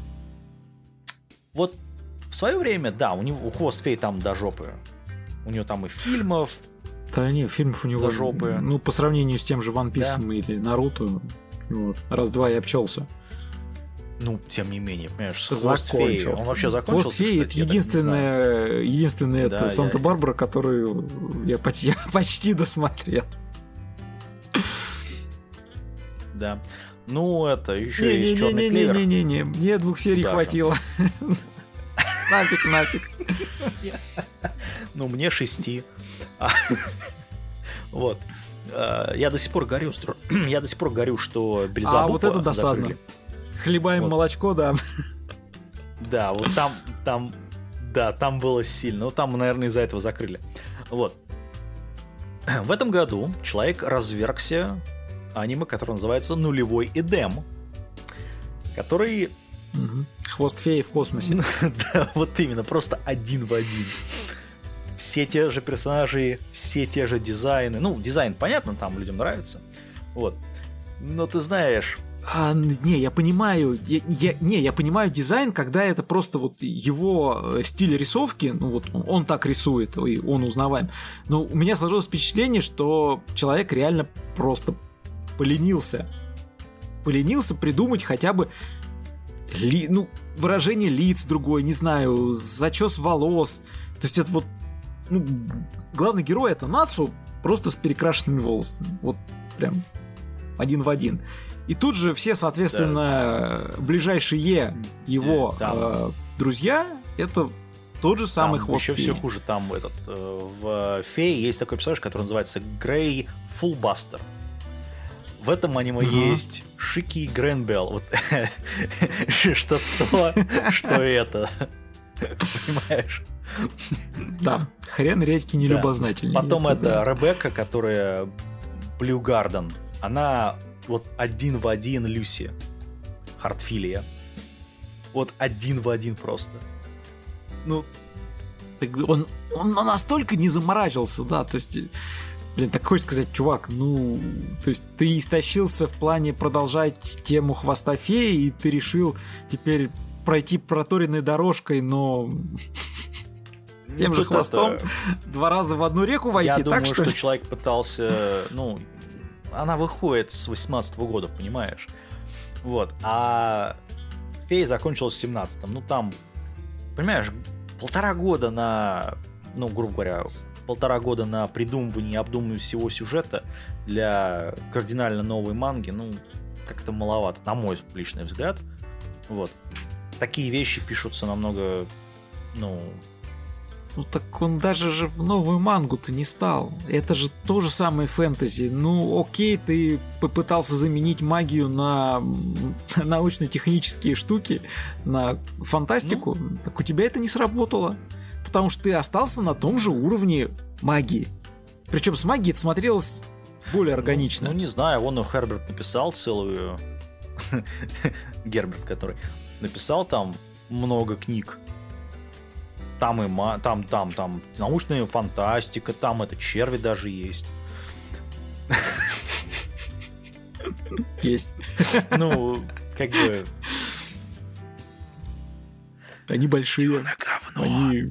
вот в свое время, да, у него у «Хвост феи» там до жопы. У него там и фильмов. Да не, фильмов у него до жопы. Ну, по сравнению с тем же «Ван Писом» да. или «Наруто», вот, раз-два и обчелся. Ну, тем не менее, понимаешь, «Хвост феи», он вообще закончился. «Хвост феи» — это единственное, единственное да, это Санта-Барбара, я... которую я почти, я почти досмотрел. Да. Ну, это еще не, есть не, «Черный клевер». Не-не-не, мне двух серий Даже. хватило. Нафиг, нафиг. Ну, мне шести. Вот. Я до сих пор горю, я до сих пор горю, что Бельзебуба А вот это досадно. Хлебаем вот. молочко, да. Да, вот там, там, да, там было сильно. Ну, там, наверное, из-за этого закрыли. Вот. В этом году человек развергся аниме, которое называется «Нулевой Эдем», который... Угу. «Хвост феи в космосе». Да, вот именно, просто один в один. Все те же персонажи, все те же дизайны. Ну, дизайн, понятно, там людям нравится. Вот. Но ты знаешь... А, не, я понимаю, я, я, не, я понимаю дизайн, когда это просто вот его стиль рисовки, ну вот он так рисует, и он узнаваем. Но у меня сложилось впечатление, что человек реально просто поленился. Поленился придумать хотя бы ли, ну, выражение лиц другое, не знаю, зачес волос. То есть это вот, ну, главный герой — это Нацу, просто с перекрашенными волосами. Вот прям один в один. И тут же все, соответственно, да. ближайшие его э, друзья — это тот же самый там «Хвост еще феи». Все хуже. Там этот, э, в «Фее» есть такой персонаж, который называется Грей Фулбастер. В этом аниме uh-huh. есть Шики Гренбелл. Вот что то, что это. Понимаешь? Да, хрен редьки нелюбознательный. Потом это Ребекка, которая Блю Гарден. Она... Вот один в один Люси Хартфилия. Вот один в один просто. Ну, он, он настолько не заморачивался, да, то есть, блин, так хочется сказать, чувак, ну, то есть ты истощился в плане продолжать тему «Хвоста феи», и ты решил теперь пройти проторенной дорожкой, но с тем же хвостом два раза в одну реку войти, так что... Я думаю, что человек пытался, ну... Она выходит с восемнадцатого года, понимаешь? Вот. А «Фея» закончилась в семнадцатом. Ну, там, понимаешь, полтора года на... Ну, грубо говоря, полтора года на придумывание и обдумывание всего сюжета для кардинально новой манги, ну, как-то маловато, на мой личный взгляд. Вот. Такие вещи пишутся намного, ну... Ну так он даже же в новую мангу-то не стал. Это же то же самое фэнтези. Ну окей, ты попытался заменить магию на научно-технические штуки, на фантастику, ну? Так у тебя это не сработало. Потому что ты остался на том же уровне магии. Причем с магией это смотрелось более органично. Ну, ну не знаю, вон у Херберт написал целую... Герберт, который написал там много книг. Там и ма... там, там, там научная фантастика, там это черви даже есть. Есть. Ну, как бы... Они большие. Они...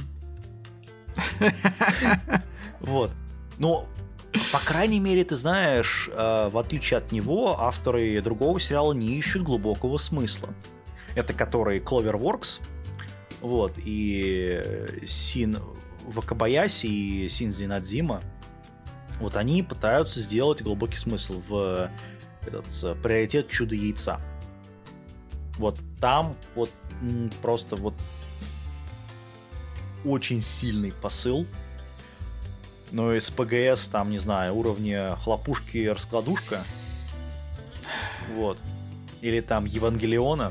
Вот. Ну, по крайней мере, ты знаешь, в отличие от него, авторы другого сериала не ищут глубокого смысла. Это который Cloverworks, вот, и Син Вакабаяси и Синзи Надзима, вот они пытаются сделать глубокий смысл в этот приоритет чудо яйца. Вот там вот просто вот очень сильный посыл. Но из ПГС, там, не знаю, уровня хлопушки-раскладушка. Вот. Или там Евангелиона.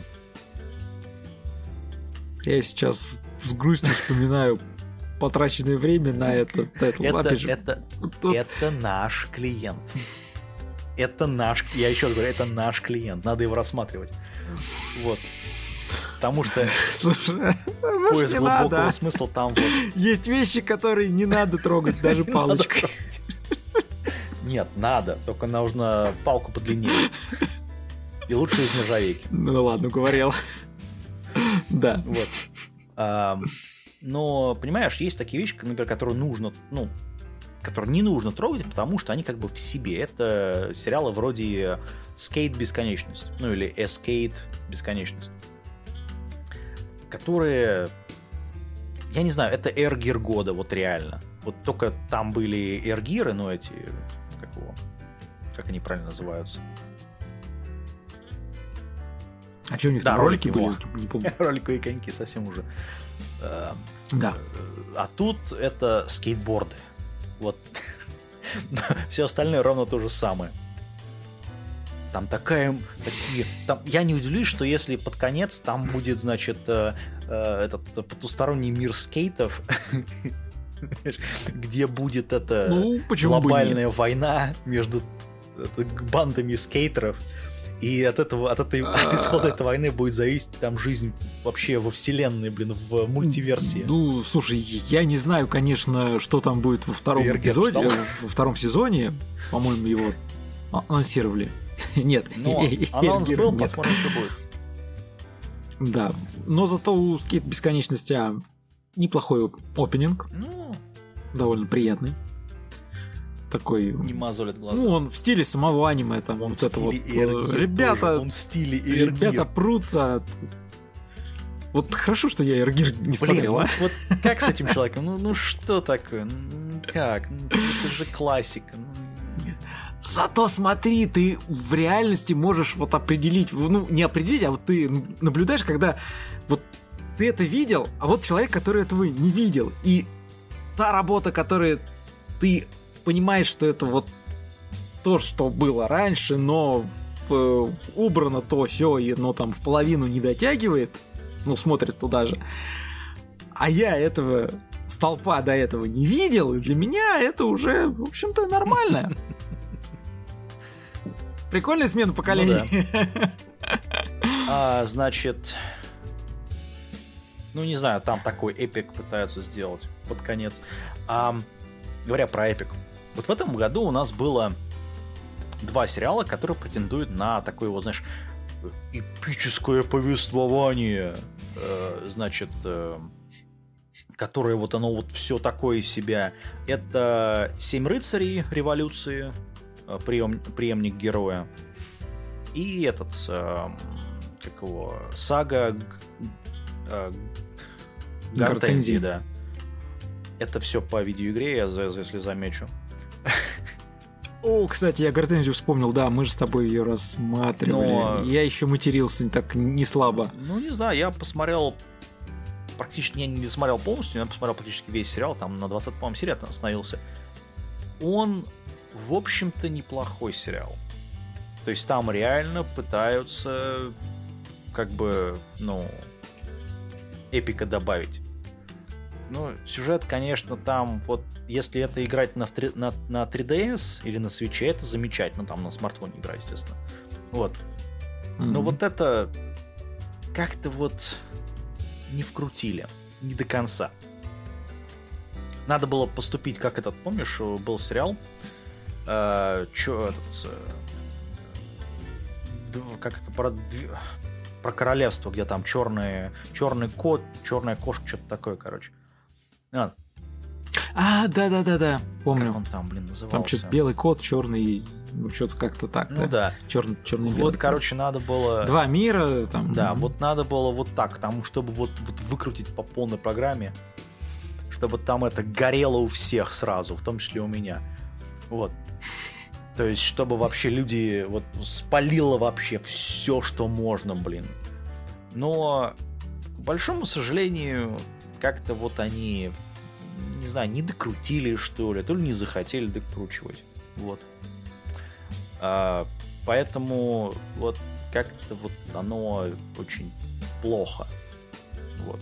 Я сейчас с грустью вспоминаю потраченное время на это. Это, это, это наш клиент. Это наш... Я еще раз говорю, это наш клиент. Надо его рассматривать. Вот. Потому что Слушай, поиск глубокого надо. Смысла там вот... Есть вещи, которые не надо трогать даже палочкой. Нет, надо. Только нужно палку подлиннее. И лучше из нержавейки. Ну ладно, говорил. Да. Вот. А, но, понимаешь, есть такие вещи, например, которые нужно, ну, которые не нужно трогать, потому что они как бы в себе. Это сериалы вроде Skate Бесконечность, ну или Escape Бесконечность, которые, я не знаю, это эргир года, вот реально. Вот только там были эргиры, но эти, как его, как они правильно называются? А что у них да, там ролики, ролики были? Не помню. Роликовые коньки совсем уже. Да. А тут это скейтборды. Вот. Все остальное ровно то же самое. Там такая... Такие, там, я не удивлюсь, что если под конец там будет, значит, э, э, этот потусторонний мир скейтов, где будет эта ну, глобальная война между это, бандами скейтеров. И от этого, от, этой, от исхода этой войны будет зависеть там жизнь вообще во вселенной, блин, в мультиверсии. Ну, слушай, я не знаю, конечно, что там будет во втором Эргер эпизоде, читал? во втором сезоне. По-моему, его анонсировали. Нет, но анонс был, посмотрим, что будет. Да, но зато у Skate Бесконечности неплохой опенинг. Ну, довольно приятный. Такой... Не мозолит глаза. Ну, он в стиле самого аниме, там он вот это вот... Эргир ребята... Тоже. Он в стиле Эргир. Ребята прутся от... Вот хорошо, что я Эргир не Блин, смотрел, а? Вот как с этим человеком? Ну, ну что такое? Ну, как? Ну, это же классика. Ну... Зато смотри, ты в реальности можешь вот определить, ну, не определить, а вот ты наблюдаешь, когда вот ты это видел, а вот человек, который этого не видел. И та работа, которую ты понимаешь, что это вот то, что было раньше, но в, убрано то все, и но там в половину не дотягивает, ну, смотрит туда же. А я этого столпа до этого не видел, и для меня это уже, в общем-то, нормально. Прикольная смена поколений. Ну, да. а, значит, ну не знаю, там такой эпик пытаются сделать под конец. А, говоря про эпик, вот в этом году у нас было два сериала, которые претендуют на такое, вот, знаешь, эпическое повествование, э, значит, э, которое вот оно вот все такое из себя. Это «Семь рыцарей революции», Преем, преемник героя. И этот, э, как его, сага э, Гортензии, да. Это все по видеоигре, я, если замечу. О, кстати, я Гортензию вспомнил, да, мы же с тобой ее рассматривали. Но... Я еще матерился так не слабо. Ну, не знаю, я посмотрел практически, я не смотрел полностью, я посмотрел практически весь сериал, там на двадцатой, по-моему, серии остановился. Он в общем-то, неплохой сериал. То есть там реально пытаются как бы, ну, эпика добавить. Ну, сюжет, конечно, там вот, если это играть на, на, на три ди эс или на Switch, это замечательно. Там на смартфоне играть, естественно. Вот. Mm-hmm. Но вот это как-то вот не вкрутили. Не до конца. Надо было поступить, как этот, помнишь, был сериал Uh, чё этот, uh, как это про, про королевство, где там черный, черный кот, черная кошка, что-то такое, короче. А, а да, да, да, да, помню. Как он там, блин, назывался? Там что-то белый кот, черный, ну что-то как-то так. Ну да. да. Черный, черный. Вот, белый, короче, кот. Надо было. Два мира там. Да, mm-hmm. вот надо было вот так, тому, чтобы вот, вот выкрутить по полной программе, чтобы там это горело у всех сразу, в том числе у меня. Вот. То есть, чтобы вообще люди вот спалило вообще все, что можно, блин. Но, к большому сожалению, как-то вот они, не не знаю, не докрутили, что ли, то ли не захотели докручивать. Вот. А, поэтому вот как-то вот оно очень плохо. Вот.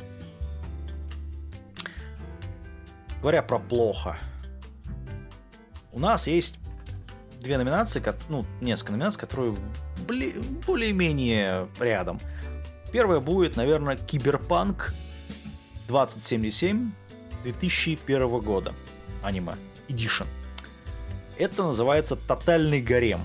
Говоря про плохо, у нас есть две номинации, ну, несколько номинаций, которые более-менее рядом. Первая будет, наверное, Киберпанк двадцать семьдесят семь две тысячи первого года. Аниме. Эдишн. Это называется «Тотальный гарем».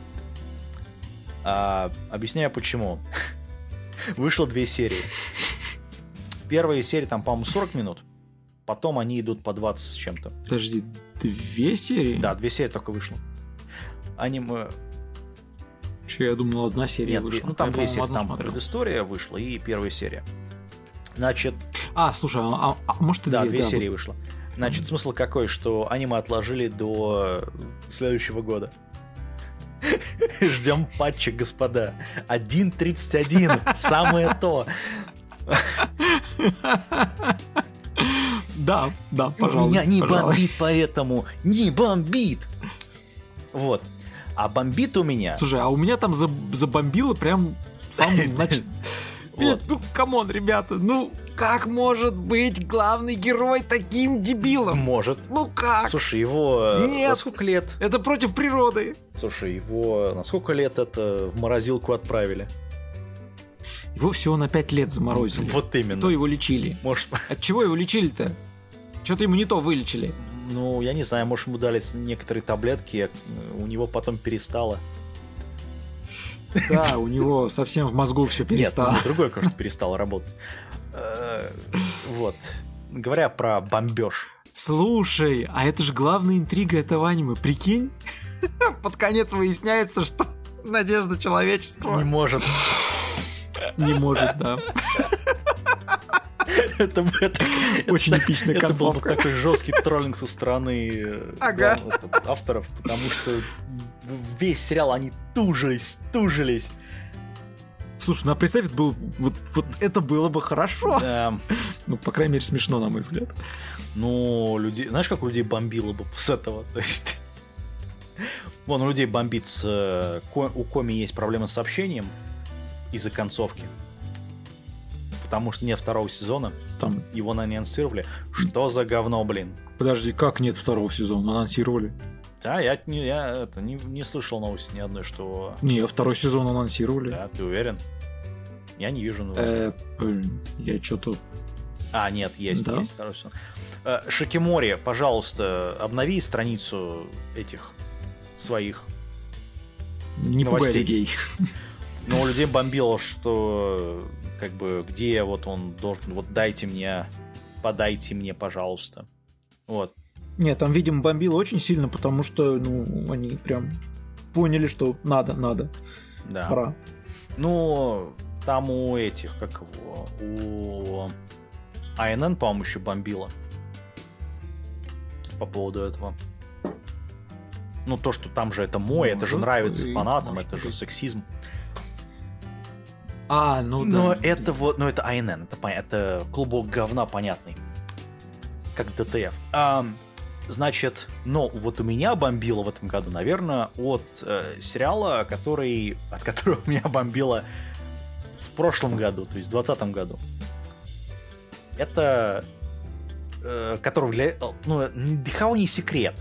А, объясняю почему. Вышло две серии. Первая серия там, по-моему, сорок минут. Потом они идут по двадцать с чем-то. Подожди, две серии? Да, две серии только вышло. Аниме... Че, я думал, одна серия Нет, вышла. ну там я, две серии. Там смотрел. предыстория вышла и первая серия. Значит... А, слушай, а, а может и да, две? две да, серии вот. вышло. Значит, mm-hmm. смысл какой, что аниме отложили до следующего года. Ждем патча, господа. один тридцать один. Самое то. Да, да, пожалуй. Меня не пожалуй. бомбит поэтому. Не бомбит. Вот. А бомбит у меня... Слушай, а у меня там забомбило прям в самом начале. Ну, камон, ребята, ну... Как может быть главный герой таким дебилом? Может. Ну как? Слушай, его... Нет. На сколько лет? Это против природы. Слушай, его... На сколько лет это в морозилку отправили? Его всего на пять лет заморозили. Вот именно. То его лечили. Может... От чего его лечили-то? Что-то ему не то вылечили. Ну, я не знаю, может, ему дали некоторые таблетки, у него потом перестало. Да, у него совсем в мозгу все перестало. Нет, другой, конечно, перестало работать. Вот. Говоря про бомбеж. Слушай, а это же главная интрига этого аниме. Прикинь, под конец выясняется, что надежда человечества... Не может. Не может, да. Это, это очень это, эпичная это концовка. Это был бы такой жесткий троллинг со стороны ага. да, авторов, потому что весь сериал они тужились, тужились. Слушай, ну а представь, это было, вот, вот это было бы хорошо. Да. Ну, по крайней мере, смешно, на мой взгляд. Ну, людей, знаешь, как у людей бомбило бы с этого? То есть... Вон, у людей бомбит с... У Коми есть проблемы с сообщением из-за концовки. Потому что нет второго сезона. Там... Его на не анонсировали. Что за говно, блин? Подожди, как нет второго сезона? Анонсировали. Да, я, не, я это, не, не слышал новости ни одной, что... Не, второй сезон анонсировали. Да, ты уверен? Я не вижу новостей. Э, я что-то... А, нет, есть, да? есть второй сезон. Шикимори, пожалуйста, обнови страницу этих своих не новостей. Гей. Но у людей бомбило, что как бы где вот он должен... Вот дайте мне, подайте мне, пожалуйста. Вот. Нет, там, видимо, бомбило очень сильно, потому что, ну, они прям поняли, что надо, надо. Да. Пора. Ну, там у этих, как его, у А Эн Эн, по-моему, еще бомбило по поводу этого. Ну, то, что там же это мой, может, это же нравится фанатам, это же сексизм. А, ну да. Но это вот, ну это А Эн Эн, это, это клубок говна понятный. Как Дэ Тэ Эф. А, значит, но вот у меня бомбило в этом году, наверное, от э, сериала, который, от которого меня бомбило в прошлом году, то есть в двадцатом году. Это, э, который, для, ну, для кого не секрет,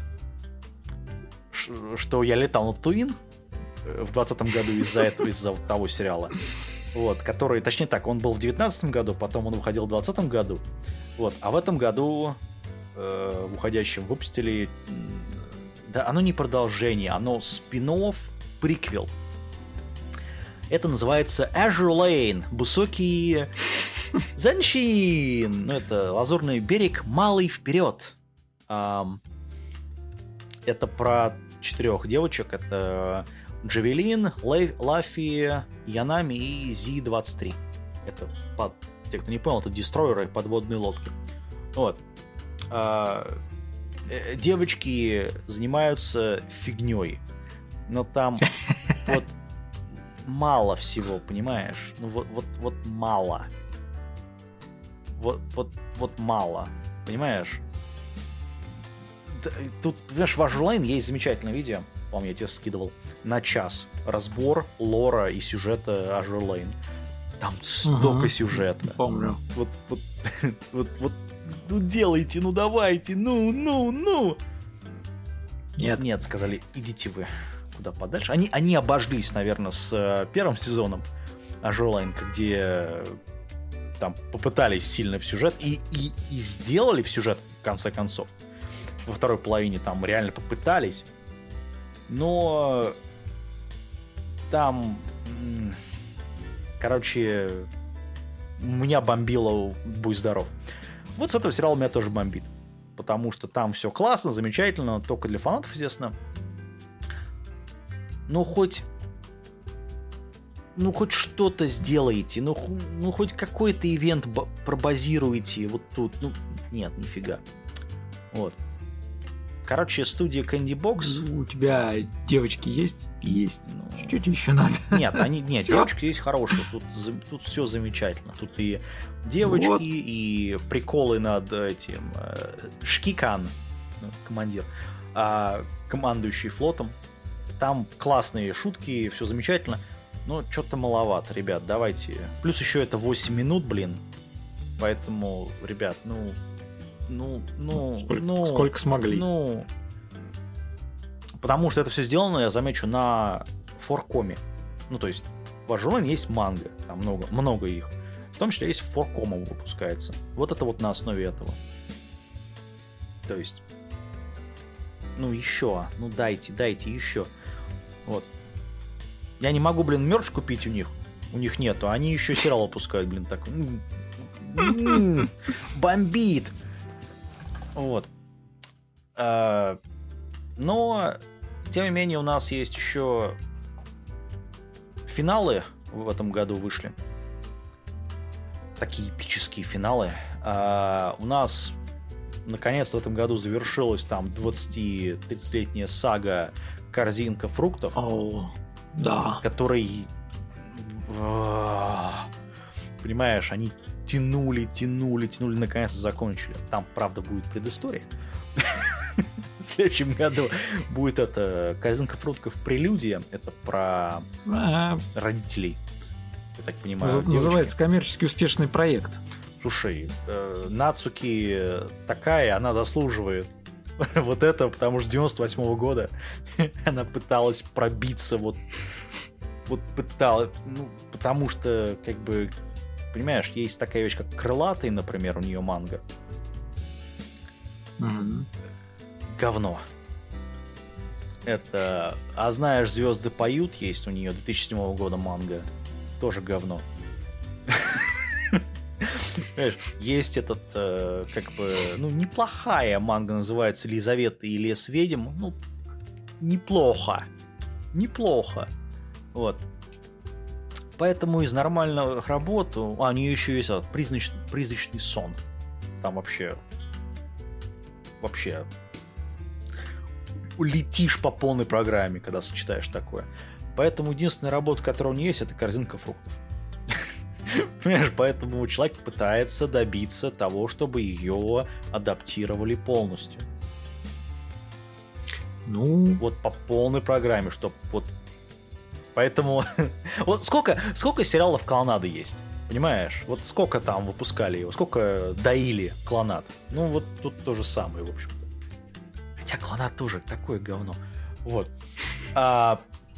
что я летал на Татуин в двадцатом году из-за этого, из-за того сериала. Вот, который, точнее так, он был в девятнадцатом году, потом он выходил в двадцатом году. Вот, а в этом году э, в уходящем выпустили... Да, оно не продолжение, оно спин-офф, приквел. Это называется Azure Lane, Бусоки Зеншин. Ну, это Лазурный берег, малый вперед. Um, это про четырех девочек. Это Джавелин, Лафи, Янами и Зи двадцать три. Это, под, те, кто не понял, это дестройеры, подводные лодки. Вот. А, девочки занимаются фигней. Но там вот мало всего, понимаешь? Ну вот, вот, вот мало. Вот, вот, вот мало. Понимаешь? тут, понимаешь, в Azure Lane есть замечательное видео, по-моему, я тебе скидывал, на час. Разбор лора и сюжета Azure Lane. Там столько uh-huh. сюжета. Помню. Вот, вот, вот, вот, ну делайте, ну давайте, ну, ну, ну. Нет. Нет, сказали, идите вы куда подальше. Они, они обожглись, наверное, с первым сезоном Azure Lane, где там попытались сильно в сюжет и, и, и сделали в сюжет в конце концов. Во второй половине там реально попытались, но там, короче, меня бомбило, будь здоров. Вот с этого сериала меня тоже бомбит, потому что там все классно, замечательно, только для фанатов, естественно. Ну, хоть... Ну, хоть что-то сделаете, ну, ну хоть какой-то ивент б- пробазируете вот тут. Ну, нет, нифига. Вот. Короче, студия Candy Box... У тебя девочки есть? Есть. Ну, чуть-чуть еще надо. Нет, они, нет, девочки есть хорошие. Тут, тут все замечательно. Тут и девочки, вот. И приколы над этим... Э, Шкикан, командир, э, командующий флотом. Там классные шутки, все замечательно. Но что-то маловато, ребят, давайте. Плюс еще это восемь минут, блин. Поэтому, ребят, ну... Ну, ну, сколько, ну... Сколько смогли. Ну... Потому что это все сделано, я замечу, на форкоме. Ну, то есть, в Azure Lane есть манга. Там много, много их. В том числе есть форкомом выпускается. Вот это вот на основе этого. То есть... Ну, еще. Ну, дайте, дайте еще. Вот. Я не могу, блин, мерч купить у них. У них нету. Они еще сериал выпускают, блин, так. М-м-м, бомбит. Вот. А, но, тем не менее, у нас есть еще финалы в этом году вышли. Такие эпические финалы. А, у нас наконец-то в этом году завершилась там двадцати-тридцатилетняя сага «Корзинка фруктов». Oh. Да. Который, понимаешь, они тянули, тянули, тянули, наконец-то закончили. Там, правда, будет предыстория. В следующем году будет это «Корзинка фруктов. Прелюдия». Это про родителей, я так понимаю. Называется коммерчески успешный проект. Слушай, Нацуки такая, она заслуживает вот это, потому что с девяносто восьмого года она пыталась пробиться, вот, вот пыталась, ну, потому что, как бы, понимаешь, есть такая вещь, как «Крылатый», например, у нее манга. Mm-hmm. Говно. Это «А знаешь, звезды поют» есть у нее, две тысячи седьмого года манга. Тоже говно. Знаешь, есть этот, э, как бы, ну, неплохая манга, называется «Лизавета и лес ведьм». Ну, неплохо. Неплохо. Вот. Поэтому из нормальных работ... А, у нее еще есть вот, призрачный, призрачный сон. Там вообще... Вообще... Летишь по полной программе, когда сочетаешь такое. Поэтому единственная работа, которая у нее есть, это «Корзинка фруктов». Понимаешь, поэтому человек пытается добиться того, чтобы ее адаптировали полностью. Ну, вот по полной программе, чтобы вот. Поэтому вот сколько, сколько сериалов «Клонады» есть, понимаешь? Вот сколько там выпускали его, сколько доили «Клонад». Ну вот тут то же самое, в общем-то. Хотя «Клонад» тоже такое говно. Вот. А...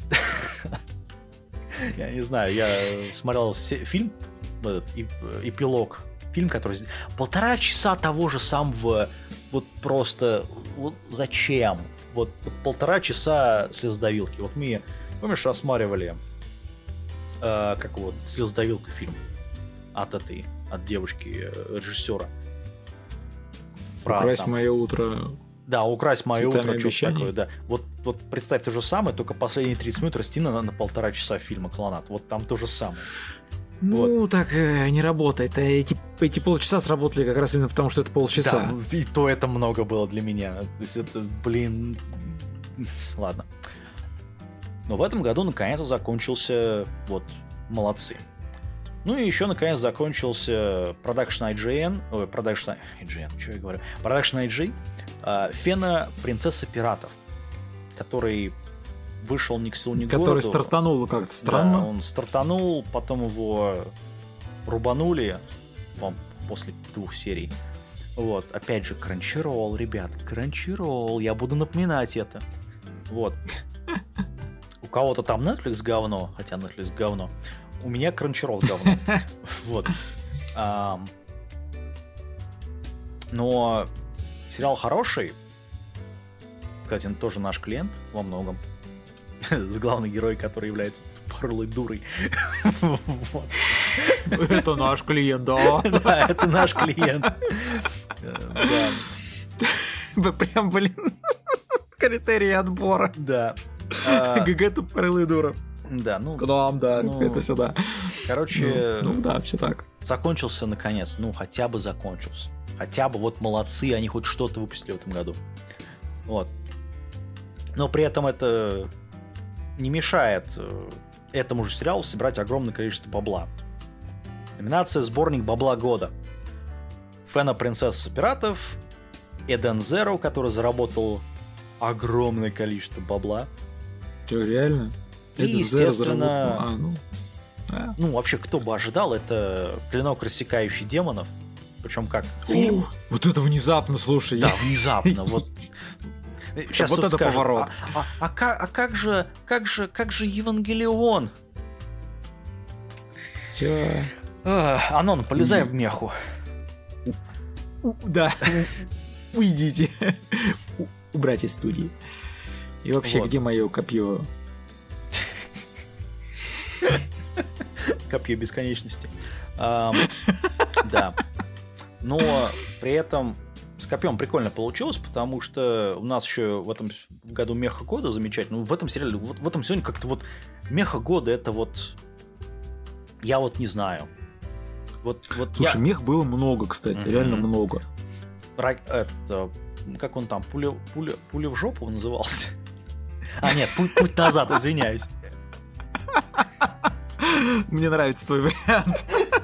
Я не знаю, я смотрел фильм, этот, эпилог, фильм, который... Полтора часа того же самого, вот просто... Вот зачем? Вот полтора часа слезодавилки. Вот мы, помнишь, рассматривали э, как вот слезодавилку фильм от этой, от девушки режиссера. «Украсть там... мое утро». Да, «Украсть мое утро», что-то такое, да. Вот, вот представь то же самое, только последние тридцать минут растянули на, на полтора часа фильма «Клонад». Вот там то же самое. Ну, вот. Так э, не работает. Эти, эти полчаса сработали как раз именно потому, что это полчаса. Да, и то это много было для меня. То есть это, блин... Ладно. Но в этом году наконец-то закончился... Вот, молодцы. Ну и еще, наконец, закончился Production ай джи эн, ой, Production ай джи эн, что я говорю, Production ай джи, э, Фена Принцесса Пиратов, который вышел ни к селу, ни к который городу. Который стартанул как-то странно. Да, он стартанул, потом его рубанули, после двух серий. Вот, опять же, Crunchyroll, ребят, Crunchyroll, я буду напоминать это. Вот. У кого-то там Netflix говно, хотя Netflix говно. У меня Crunchyroll говно. Вот. Но сериал хороший. Кстати, он тоже наш клиент во многом. С главной героем, который является тупорылой дурой. Это наш клиент, да. Да, это наш клиент. Прям, блин, критерии отбора. Да. ГГ тупорылая дура. Да, ну... К нам, да, это сюда. Короче... Ну да, все так. Закончился наконец, ну хотя бы закончился. Хотя бы вот молодцы, они хоть что-то выпустили в этом году. Вот. Но при этом это не мешает этому же сериалу собирать огромное количество бабла. Номинация «Сборник бабла года». Фена Принцесса Пиратов, Эден Зеро, который заработал огромное количество бабла. Что, реально? И, естественно... А, ну. А. ну, вообще, кто бы ожидал, это «Клинок, рассекающий демонов». Причем как фильм. О, вот это внезапно, слушай. Да, внезапно. Вот. Сейчас вот это скажут, поворот. А, а, а, как, а как же, как же, как же Евангелион? Че? А, Анон, полезай в меху. Да. Уйдите. Убрать из студии. И вообще, вот. Где мое копье? Копье бесконечности. А, да. Но при этом с копьем прикольно получилось, потому что у нас еще в этом году меха года замечательно. Ну, в этом сериале, вот в этом сезоне как-то вот меха года это вот я вот не знаю. Вот, вот Слушай, я... мех было много, кстати, mm-hmm. реально много. Ра... Это, как он там, пуля, пуля, пуля в жопу назывался? А, нет, путь, путь назад, извиняюсь. Мне нравится твой вариант.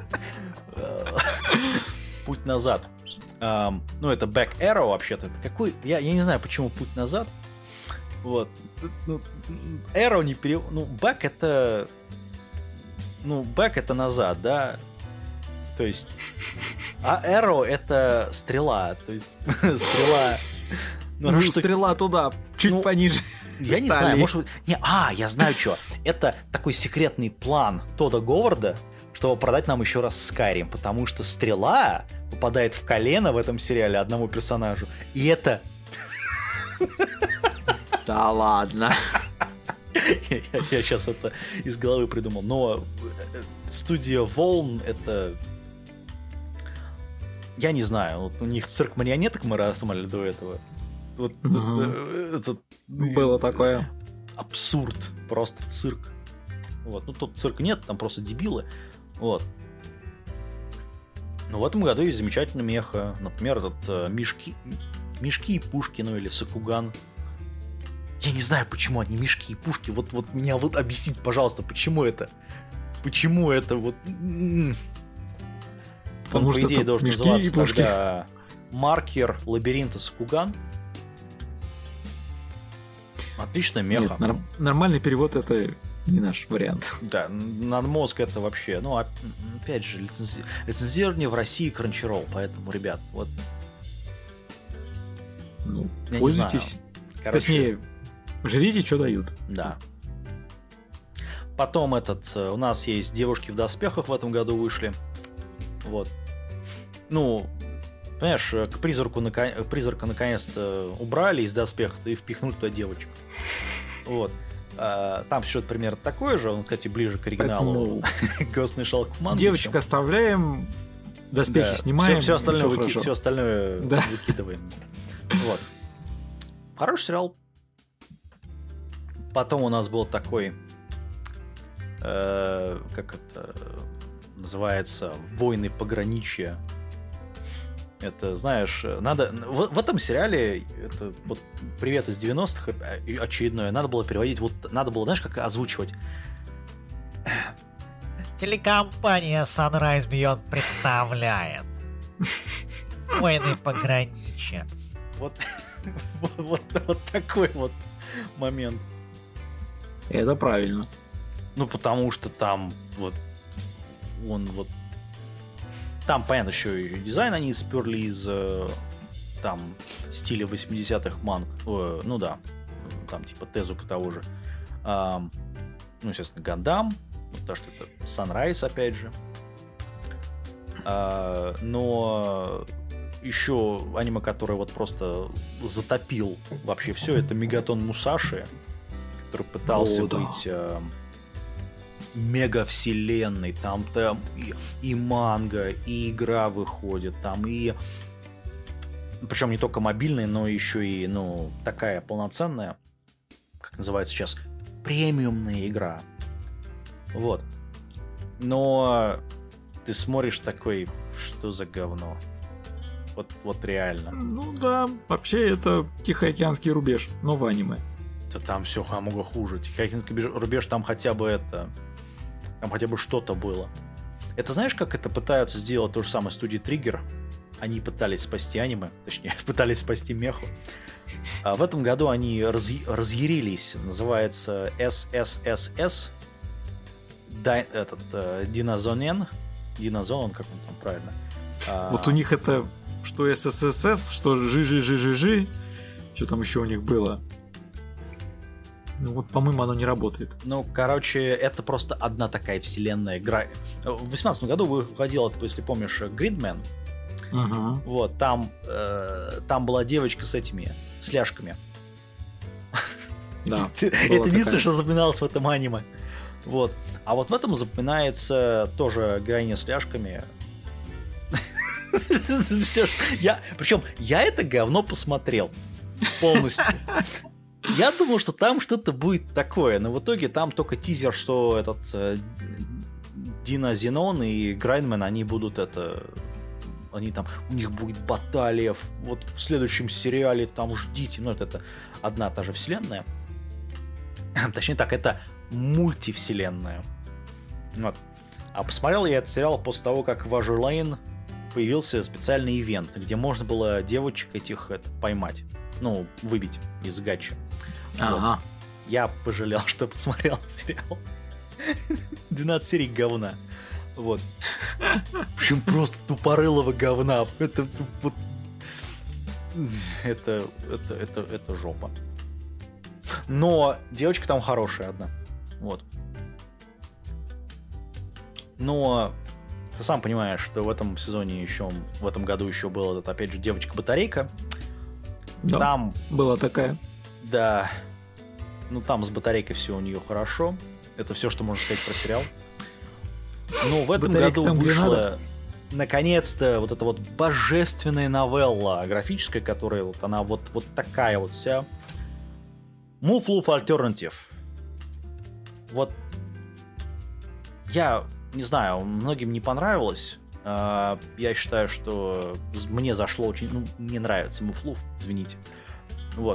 Путь назад. Um, ну, это Back Arrow, вообще-то. Это какой... Я, я не знаю, почему путь назад. Вот. Ну, Arrow не пере... Ну, Back это... Ну, Back это назад, да? То есть... А Arrow это стрела. То есть, стрела... Ну, ну что... стрела туда, чуть ну, пониже. Я не знаю, может быть... Не, а, я знаю, что. Это такой секретный план Тодда Говарда, чтобы продать нам еще раз Skyrim, потому что стрела попадает в колено в этом сериале одному персонажу, и это... Да ладно. я, я, я сейчас это из головы придумал, но студия Волн это... Я не знаю, вот у них цирк марионеток мы рассматривали до этого. Вот, угу. это, Было такое. Абсурд, просто цирк. Вот. Ну тут цирка нет, там просто дебилы. Вот. Но в этом году есть замечательный меха. Например, этот э, Мишки, Мишки и Пушки, ну или Сакуган. Я не знаю, почему они Мишки и Пушки. Вот, вот меня вот объясните, пожалуйста, почему это? Почему это вот... Потому Он, что по идее, должен Мишки называться и Пушки. Тогда Маркер Лабиринта Сакуган. Отличная меха. Нет, нар- нормальный перевод это не наш вариант. Да, надмозг это вообще, ну, опять же, лицензи... лицензирование в России Crunchyroll, поэтому, ребят, вот. Ну, я пользуйтесь. Короче... Точнее, жрите, что дают. Да. Потом этот, у нас есть «Девушки в доспехах» в этом году вышли. Вот. Ну, понимаешь, к призраку нако... призрака наконец-то убрали из доспехов и впихнули туда девочек. Вот. А, там сюжет примерно такой же, он, кстати, ближе к оригиналу. Ghost in Shell Command. Девочек оставляем, доспехи да. снимаем. Все, все остальное, все, выки... все остальное да. выкидываем. Вот. Хороший сериал. Потом у нас был такой, э, как это называется, «Войны пограничья». Это, знаешь, надо... В, в этом сериале, это вот привет из девяностых очередное, надо было переводить, вот надо было, знаешь, как озвучивать. Телекомпания Sunrise Beyond представляет «Войны пограничья». Вот, вот, вот, вот такой вот момент. Это правильно. Ну, потому что там вот он вот... Там, понятно, еще и дизайн они сперли из там стиля восьмидесятых манг. О, ну да, там типа Тезука того же. А, ну, естественно, Гандам. Потому что это Sunrise, опять же. А, но еще аниме, которое вот просто затопил вообще все, это Мегатон Мусаши, который пытался О, да. быть а, мега-вселенной. Там, там и, и манга, и игра выходит, там и... Причем не только мобильная, но еще и, ну, такая полноценная, как называется сейчас, премиумная игра. Вот. Но ты смотришь такой, что за говно? Вот, вот реально. Ну да, вообще это Тихоокеанский рубеж, но в аниме. Да там все намного хуже. Тихоокеанский рубеж, там хотя бы это... Там хотя бы что-то было. Это знаешь, как это пытаются сделать то же самое студии Trigger? Они пытались спасти аниме, точнее, пытались спасти меху. А в этом году они раз... разъярились. Называется эс эс эс эс. Дай, этот, э, Динозонен. Динозон, как он там правильно. А... Вот у них это что эс эс эс эс, что жи-жи-жи-жи-жи. Что там еще у них было? Ну вот, по-моему, оно не работает. Ну, короче, это просто одна такая вселенная игра. В восемнадцатом году выходила, если помнишь, Gridman. Угу. Вот, там, э, там была девочка с этими, с ляжками. Да. Это единственное, что запоминалось в этом аниме. Вот. А вот в этом запоминается тоже героиня с ляжками. Я, причем я это говно посмотрел полностью. Я думал, что там что-то будет такое, но в итоге там только тизер, что этот э, Дина Зенон и Грайндмен, они будут это... Они там... У них будет баталия. Вот в следующем сериале там ждите. Ну, это, это одна та же вселенная. Точнее так, это мультивселенная. Вот. А посмотрел я этот сериал после того, как в Azure Lane появился специальный ивент, где можно было девочек этих это, поймать. Ну, выбить из гатча. Ага. Вот. Я пожалел, что посмотрел сериал. двенадцать серий говна. Вот. В общем, просто тупорылого говна. Это вот... Это, это, это, это жопа. Но девочка там хорошая одна. Вот. Но ты сам понимаешь, что в этом сезоне еще, в этом году еще была, это, опять же, девочка-батарейка. Да, там была такая. Да. Ну, там с батарейкой все у нее хорошо. Это все, что можно сказать про сериал. Но в этом Батарейка году вышла наконец-то вот эта вот божественная новелла графическая, которая вот она вот, вот такая вот вся. Move-Loof Alternative. Вот я не знаю, многим не понравилось. Я считаю, что мне зашло очень... Ну, мне нравится Move-Loof, извините. Вот.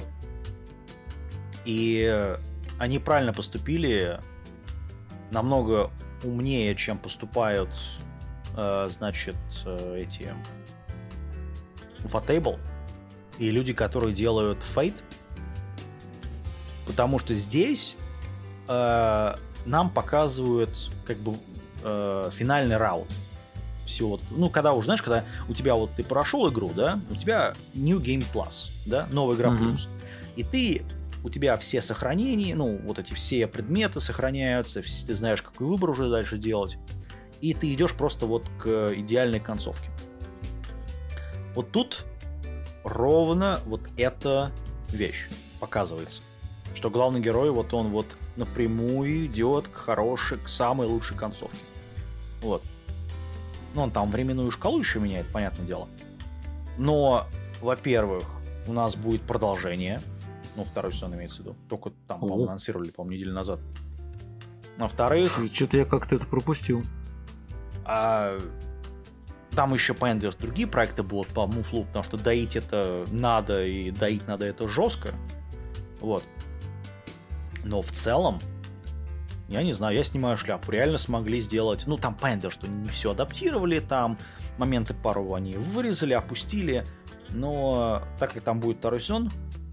И они правильно поступили, намного умнее, чем поступают, значит, эти Ufotable и люди, которые делают Fate. Потому что здесь э, нам показывают как бы э, финальный раунд всего. Ну, когда уже, знаешь, когда у тебя вот ты прошел игру, да, у тебя New Game Plus, да, новая игра mm-hmm. плюс. И ты, у тебя все сохранения, ну, вот эти все предметы сохраняются, ты знаешь, какой выбор уже дальше делать. И ты идешь просто вот к идеальной концовке. Вот тут ровно вот эта вещь показывается. Что главный герой, вот он вот напрямую идет к хорошей, к самой лучшей концовке. Вот. Ну, он там временную шкалу еще меняет, понятное дело. Но, во-первых, у нас будет продолжение. Ну, второй сезон имеется в виду. Только там, по-моему, анонсировали, по-моему, неделю назад. Во-вторых... Что-то я как-то это пропустил. А... Там еще, понятно, другие проекты будут по Move-Loop, потому что доить это надо, и доить надо это жестко. Вот. Но в целом я не знаю, я снимаю шляпу. Реально смогли сделать... Ну, там понятно, что не все адаптировали, там моменты пару они вырезали, опустили. Но так как там будет второй сезон,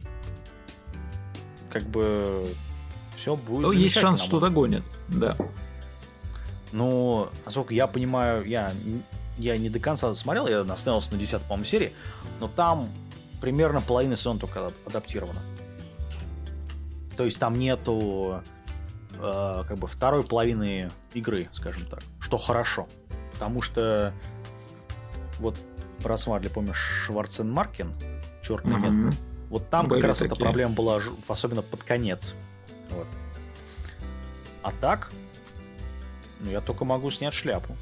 как бы все будет... Ну, есть шанс, что догонят, да. Ну, насколько я понимаю, я, я не до конца досмотрел, я остановился на десятой, по-моему, серии, но там примерно половина сезона только адаптирована. То есть там нету э, как бы второй половины игры, скажем так, что хорошо. Потому что вот просмотрели, помнишь, Шварценмаркен, черная mm-hmm. метка, вот там Были как раз такие. Эта проблема была, особенно под конец. Вот. А так, ну, я только могу снять шляпу.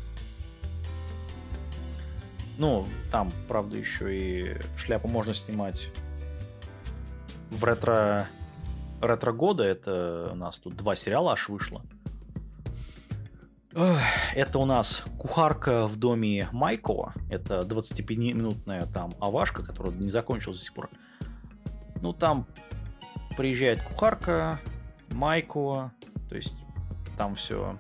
Ну, там, правда, еще и шляпу можно снимать в ретро... ретро года. Это у нас тут два сериала аж вышло. Это у нас кухарка в доме Майко. Это двадцатипятиминутная там овашка, которая не закончилась до сих пор. Ну, там приезжает кухарка, Майко, то есть там все...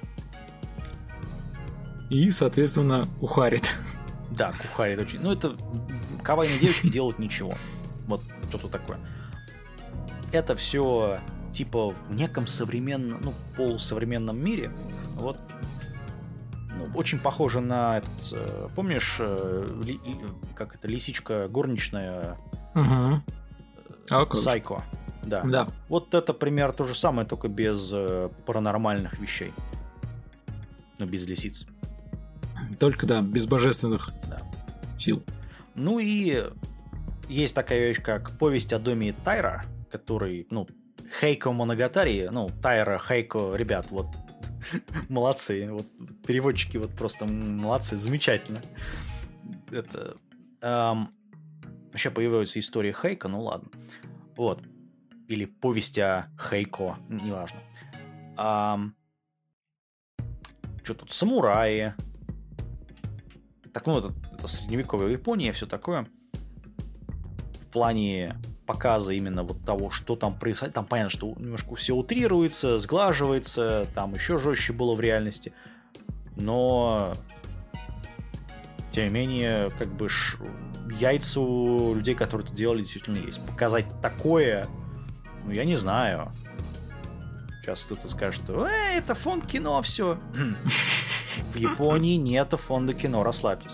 И, соответственно, кухарит. Да, кухарит очень. Ну, это кавайные девочки делают ничего. Вот что-то такое. Это все типа в неком современном, ну, полусовременном мире. Вот. Ну, очень похоже на этот, помнишь, ли, как это, лисичка горничная угу. Сайко. Да. да. Вот это пример то же самое, только без э, паранормальных вещей. Ну, без лисиц. Только, да, без божественных да. сил. Ну и есть такая вещь, как повесть о доме Тайра, который, ну, Хейко Моногатари, ну, Тайра, Хейко, ребят, вот, молодцы, вот, переводчики вот просто молодцы, замечательно. Это... Эм, еще появляется история Хейко, ну ладно. Вот. Или повесть о Хейко, неважно. Эм, что тут? Самураи. Так, ну, это, это средневековая Япония, все такое. В плане показа именно вот того, что там происходит. Там понятно, что немножко все утрируется, сглаживается, там еще жестче было в реальности. Но, тем не менее, как бы ш... яйца у людей, которые это делали, действительно есть. Показать такое, ну, я не знаю. Сейчас кто-то скажет, что э, это фонд кино, все. В Японии нету фонда кино, расслабьтесь.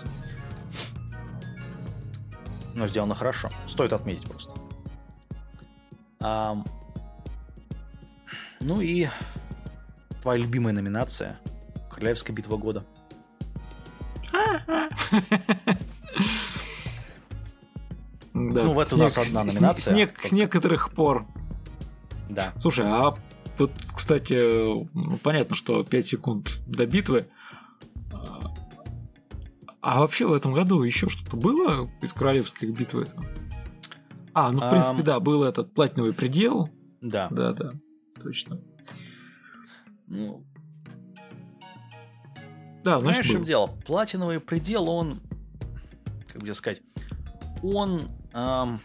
Но сделано хорошо. Стоит отметить просто. А, ну и твоя любимая номинация. Королевская битва года. Ну, в этом у нас одна номинация. С некоторых пор. Да. Слушай, а вот, кстати, ну, понятно, что пять секунд до битвы. А вообще в этом году еще что-то было из королевской битвы? А, ну в принципе, um, да, был этот платиновый предел. Да. Да, да, точно. Ну, да, знаешь, значит, в чем дело? Платиновый предел, он, как бы сказать, он, эм,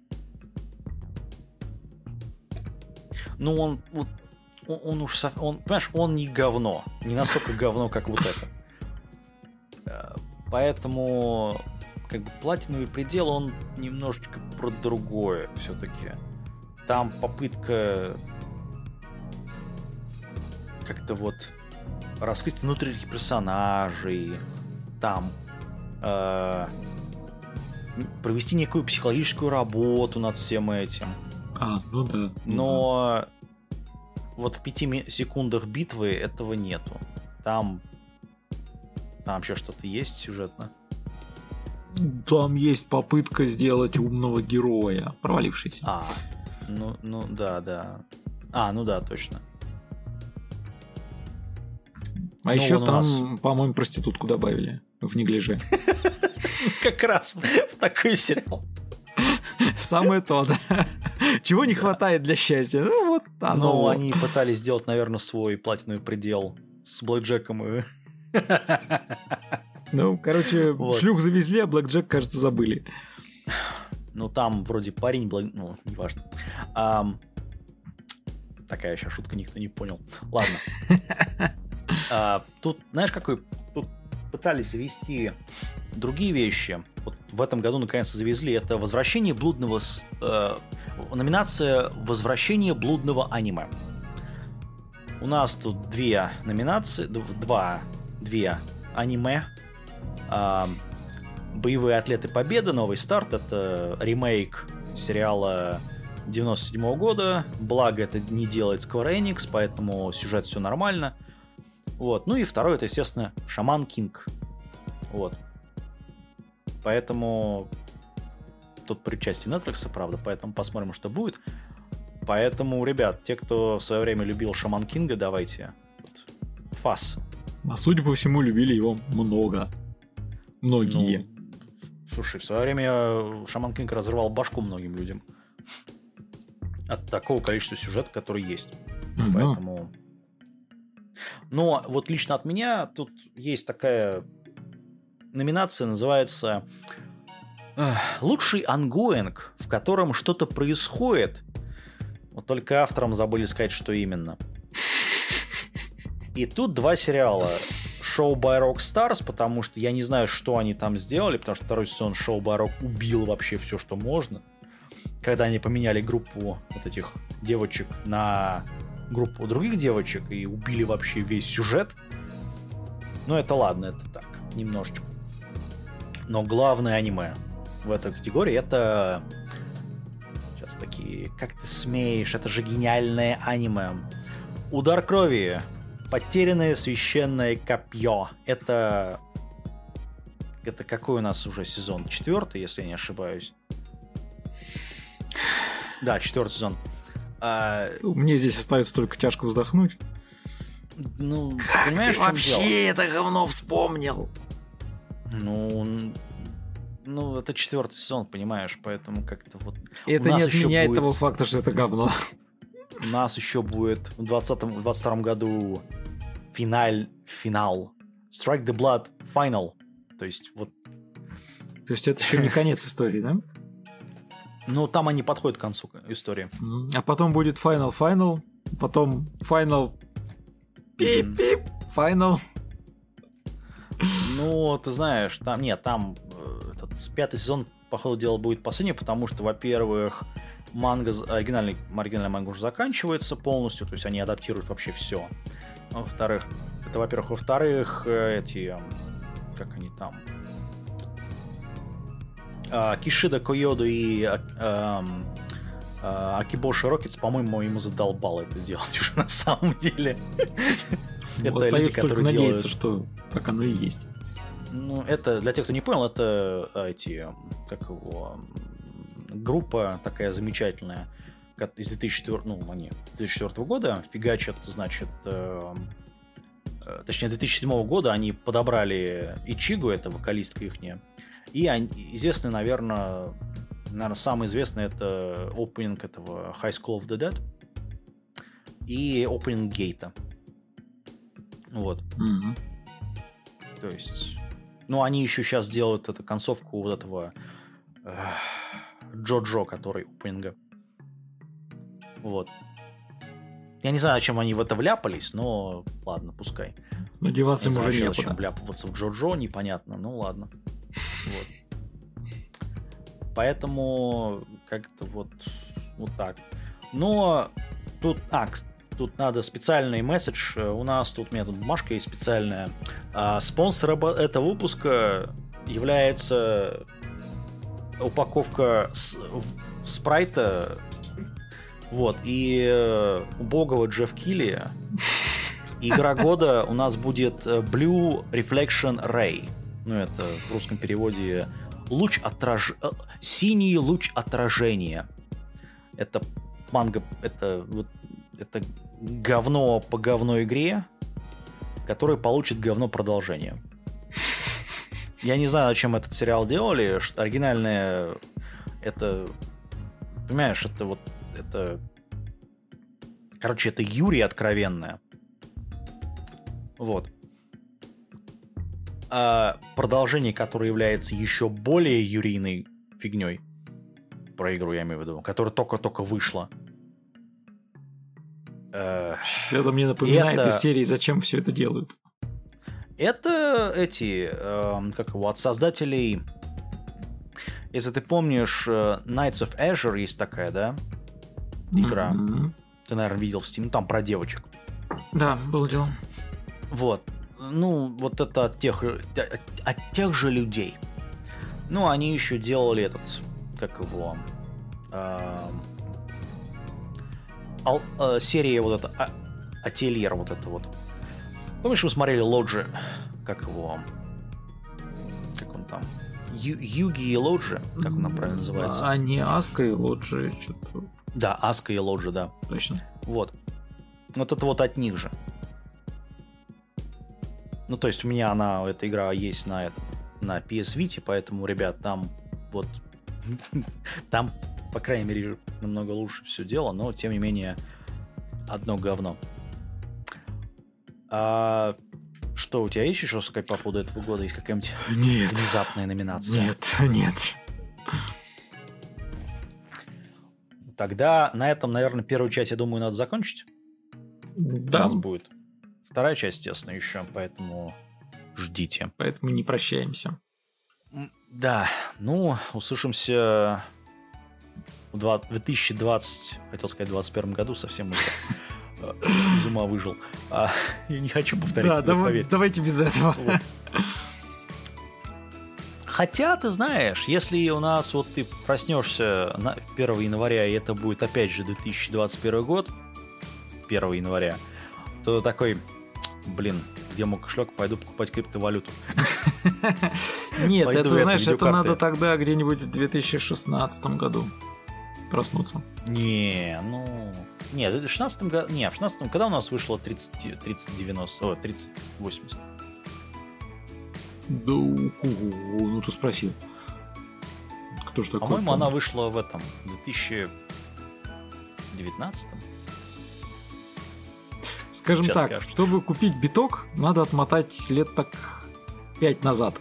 ну он, вот, он, он уж, он, понимаешь, он не говно, не настолько говно, как вот это. Поэтому, как бы, платиновый предел, он немножечко про другое все-таки. Там попытка как-то вот раскрыть внутренних персонажей, там э, провести некую психологическую работу над всем этим. А, ну да. Ну Но да. Вот в пяти секундах битвы этого нету. Там Там вообще что-то есть сюжетно? Там есть попытка сделать умного героя, провалившийся. А, ну, ну да, да. А, ну да, точно. А ну, еще там, нас... по-моему, проститутку добавили в неглиже. Как раз в такой сериал. Самое то, да. Чего не хватает для счастья? Ну, вот оно. Ну, они пытались сделать, наверное, свой платиновый предел с Блэкджеком и... Ну, короче, вот. Шлюх завезли, а Блэкджек, кажется, забыли. Ну, там вроде парень, благ... ну, неважно. А, Такая сейчас шутка, никто не понял. Ладно. а, тут, знаешь, какой... Тут пытались завести другие вещи. Вот в этом году наконец-то завезли. Это «Возвращение блудного...» С, э, номинация «Возвращение блудного аниме». У нас тут две номинации, два, две аниме. Э, «Боевые атлеты Победы», «Новый старт». Это ремейк сериала девяносто седьмого года. Благо, это не делает Square Enix, поэтому сюжет все нормально. Вот. Ну и второй, это, естественно, «Шаман Кинг». Вот. Поэтому тут причастие Netflix, правда, поэтому посмотрим, что будет. Поэтому, ребят, те, кто в свое время любил «Шаман Кинга», давайте. Вот. Фас. А судя по всему, любили его много. Многие. Ну, слушай, в свое время «Шаман Кинг» разрывал башку многим людям. От такого количества сюжетов, которые есть. Mm-hmm. Поэтому... Но вот лично от меня тут есть такая номинация, называется «Лучший ангоинг, в котором что-то происходит». Вот только авторам забыли сказать, что именно. И тут два сериала. Show by Rockstars, потому что я не знаю, что они там сделали, потому что второй сезон Show by Rock убил вообще все, что можно. Когда они поменяли группу вот этих девочек на группу других девочек и убили вообще весь сюжет. Ну, это ладно, это так, немножечко. Но главное аниме в этой категории это... Сейчас такие... Как ты смеешь? Это же гениальное аниме. «Удар крови. Потерянное священное копье». Это... Это какой у нас уже сезон? Четвертый, если я не ошибаюсь. Да, четвертый сезон. А... Мне здесь остается только тяжко вздохнуть. Ну, как ты вообще это говно вспомнил? Ну, ну, это четвертый сезон, понимаешь, поэтому как-то вот... Это не отменяет будет... того факта, что это говно. У нас еще будет в двадцатом, двадцать втором году финаль, финал. Strike the Blood Final. То есть вот... То есть это еще не конец истории, да? Ну, там они подходят к концу истории. А потом будет Final Final, потом Final Пип-пип, Final. Ну, ты знаешь, там нет, там этот пятый сезон, по ходу дела, будет последний, потому что, во-первых, манга, оригинальный, оригинальная манга уже заканчивается полностью, то есть они адаптируют вообще все. Во-вторых, это, во-первых, во-вторых, эти, как они там, Кишида Койоду и Акибоши Рокетс, по-моему, ему задолбало это делать уже на самом деле. Это остается люди, только надеяться, делают... что так оно и есть. Ну, это, для тех, кто не понял, это эти, как его, группа такая замечательная, из две тысячи четвёртого, ну, они две тысячи четвёртого года фигачат, значит, э, э, точнее, две тысячи седьмого года они подобрали Ичигу, это вокалистка ихняя, и они, известный, наверное, наверное, самый известный это опенинг этого High School of the Dead и опенинг Гейта. Вот. Mm-hmm. То есть, ну, они еще сейчас делают эту концовку вот этого э, Джо-Джо, который опенинга. Вот. Я не знаю, зачем они в это вляпались, но ладно, пускай. Но деваться им уже некуда. Зачем вляпываться в Джо-Джо, непонятно, ну ладно. Вот. Поэтому как-то вот, вот так. Но тут... А, тут надо специальный месседж. У нас тут, у меня тут бумажка есть специальная. А, спонсором этого выпуска является упаковка с, спрайта. Вот. И убогого Джефф Килли. Игра года у нас будет Blue Reflection Ray. Ну, это в русском переводе луч отраж... синий луч отражения. Это манга, это вот это говно по говно игре, которое получит говно продолжение. Я не знаю, зачем этот сериал делали. Оригинальное, это, понимаешь, это вот, это, короче, это Юрий откровенная. Вот. А продолжение, которое является еще более юрийной фигней, про игру я имею в виду, которая только-только вышла. Что-то мне напоминает это... из серии «Зачем все это делают?». Это эти, э, как его, от создателей, если ты помнишь, Knights of Azure есть такая, да, игра. Mm-hmm. Ты, наверное, видел в Steam, там про девочек. Да, было дело. Вот. Ну, вот это от тех, от тех же людей. Ну, они еще делали этот, как его, э, ал, э, серия вот эта, а, Ательер вот это вот. Помнишь, мы смотрели Лоджи, как его, как он там, Ю, Юги и Лоджи, как он там правильно называется? А не Аска и Лоджи, что-то. Да, Аска и Лоджи, да. Точно. Вот. Вот это вот от них же. Ну, то есть у меня она, эта игра есть на, это, на пи эс Vita, поэтому, ребят, там вот... там, по крайней мере, намного лучше все дело, но, тем не менее, одно говно. А что, у тебя есть еще сказать по поводу этого года? Есть какая-нибудь нет. внезапная номинация? Нет, нет. Тогда на этом, наверное, первую часть, я думаю, надо закончить. Да. У нас будет вторая часть, естественно, еще, поэтому ждите. Поэтому не прощаемся. Да, ну, услышимся в две тысячи двадцать, хотел сказать, двадцать первом году, совсем уже из ума выжил. А, я не хочу повторить. Да, давай, давайте без этого. Вот. Хотя, ты знаешь, если у нас вот ты проснешься на первого января, и это будет опять же две тысячи двадцать первый год, первого января, то такой, блин, где мой кошелек, пойду покупать криптовалюту. Нет, это, знаешь, это надо тогда где-нибудь в две тысячи шестнадцатом году проснуться. Не, ну... Нет, в шестнадцатом году... Не, в шестнадцатом... Когда у нас вышло тридцать девяносто... О, тридцать восемьдесят? Да, ну ты спросил. Кто ж такой? По-моему, она вышла в этом, в две тысячи девятнадцатом. Скажем Сейчас так, скажу. Чтобы купить биток, надо отмотать лет так пять назад.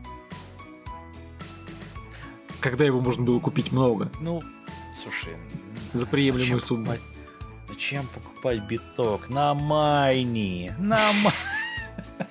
Когда его можно было купить много. Ну, слушай... За приемлемую сумму. Покупать... Зачем покупать биток? На майни! На майни!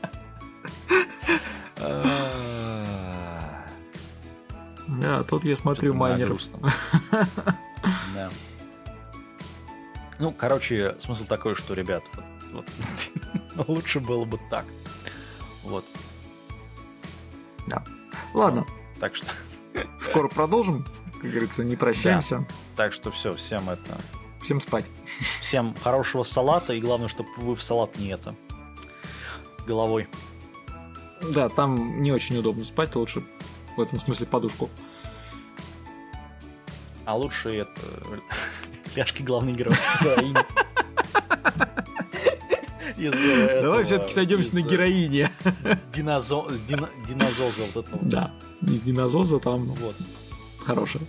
Да, тут я смотрю майнеров. Да. Ну, короче, смысл такой, что, ребят, вот, вот, лучше было бы так. Вот. Да. Ладно. Ну, так что... Скоро продолжим. Как говорится, не прощаемся. Да. Так что все, всем это... Всем спать. Всем хорошего салата, и главное, чтобы вы в салат не это... головой. Да, там не очень удобно спать, лучше в этом смысле подушку. А лучше это... Ляжки главной героини. Давай все-таки сойдемся на героине. Динозоза вот этого. Да, из Динозоза там вот хорошая.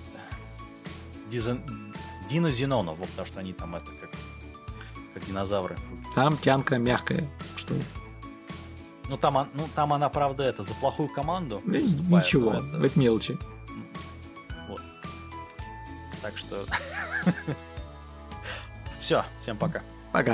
Дина Зенона, вот, потому что они там это как, как динозавры. Там тянка мягкая. Что? Ну там, ну там она, правда, это за плохую команду. Ничего, это... это мелочи. Вот. Так что... Все, всем пока. Пока.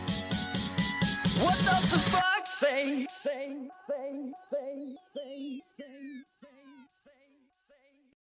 What does the fuck say? Say, say, say, say, say.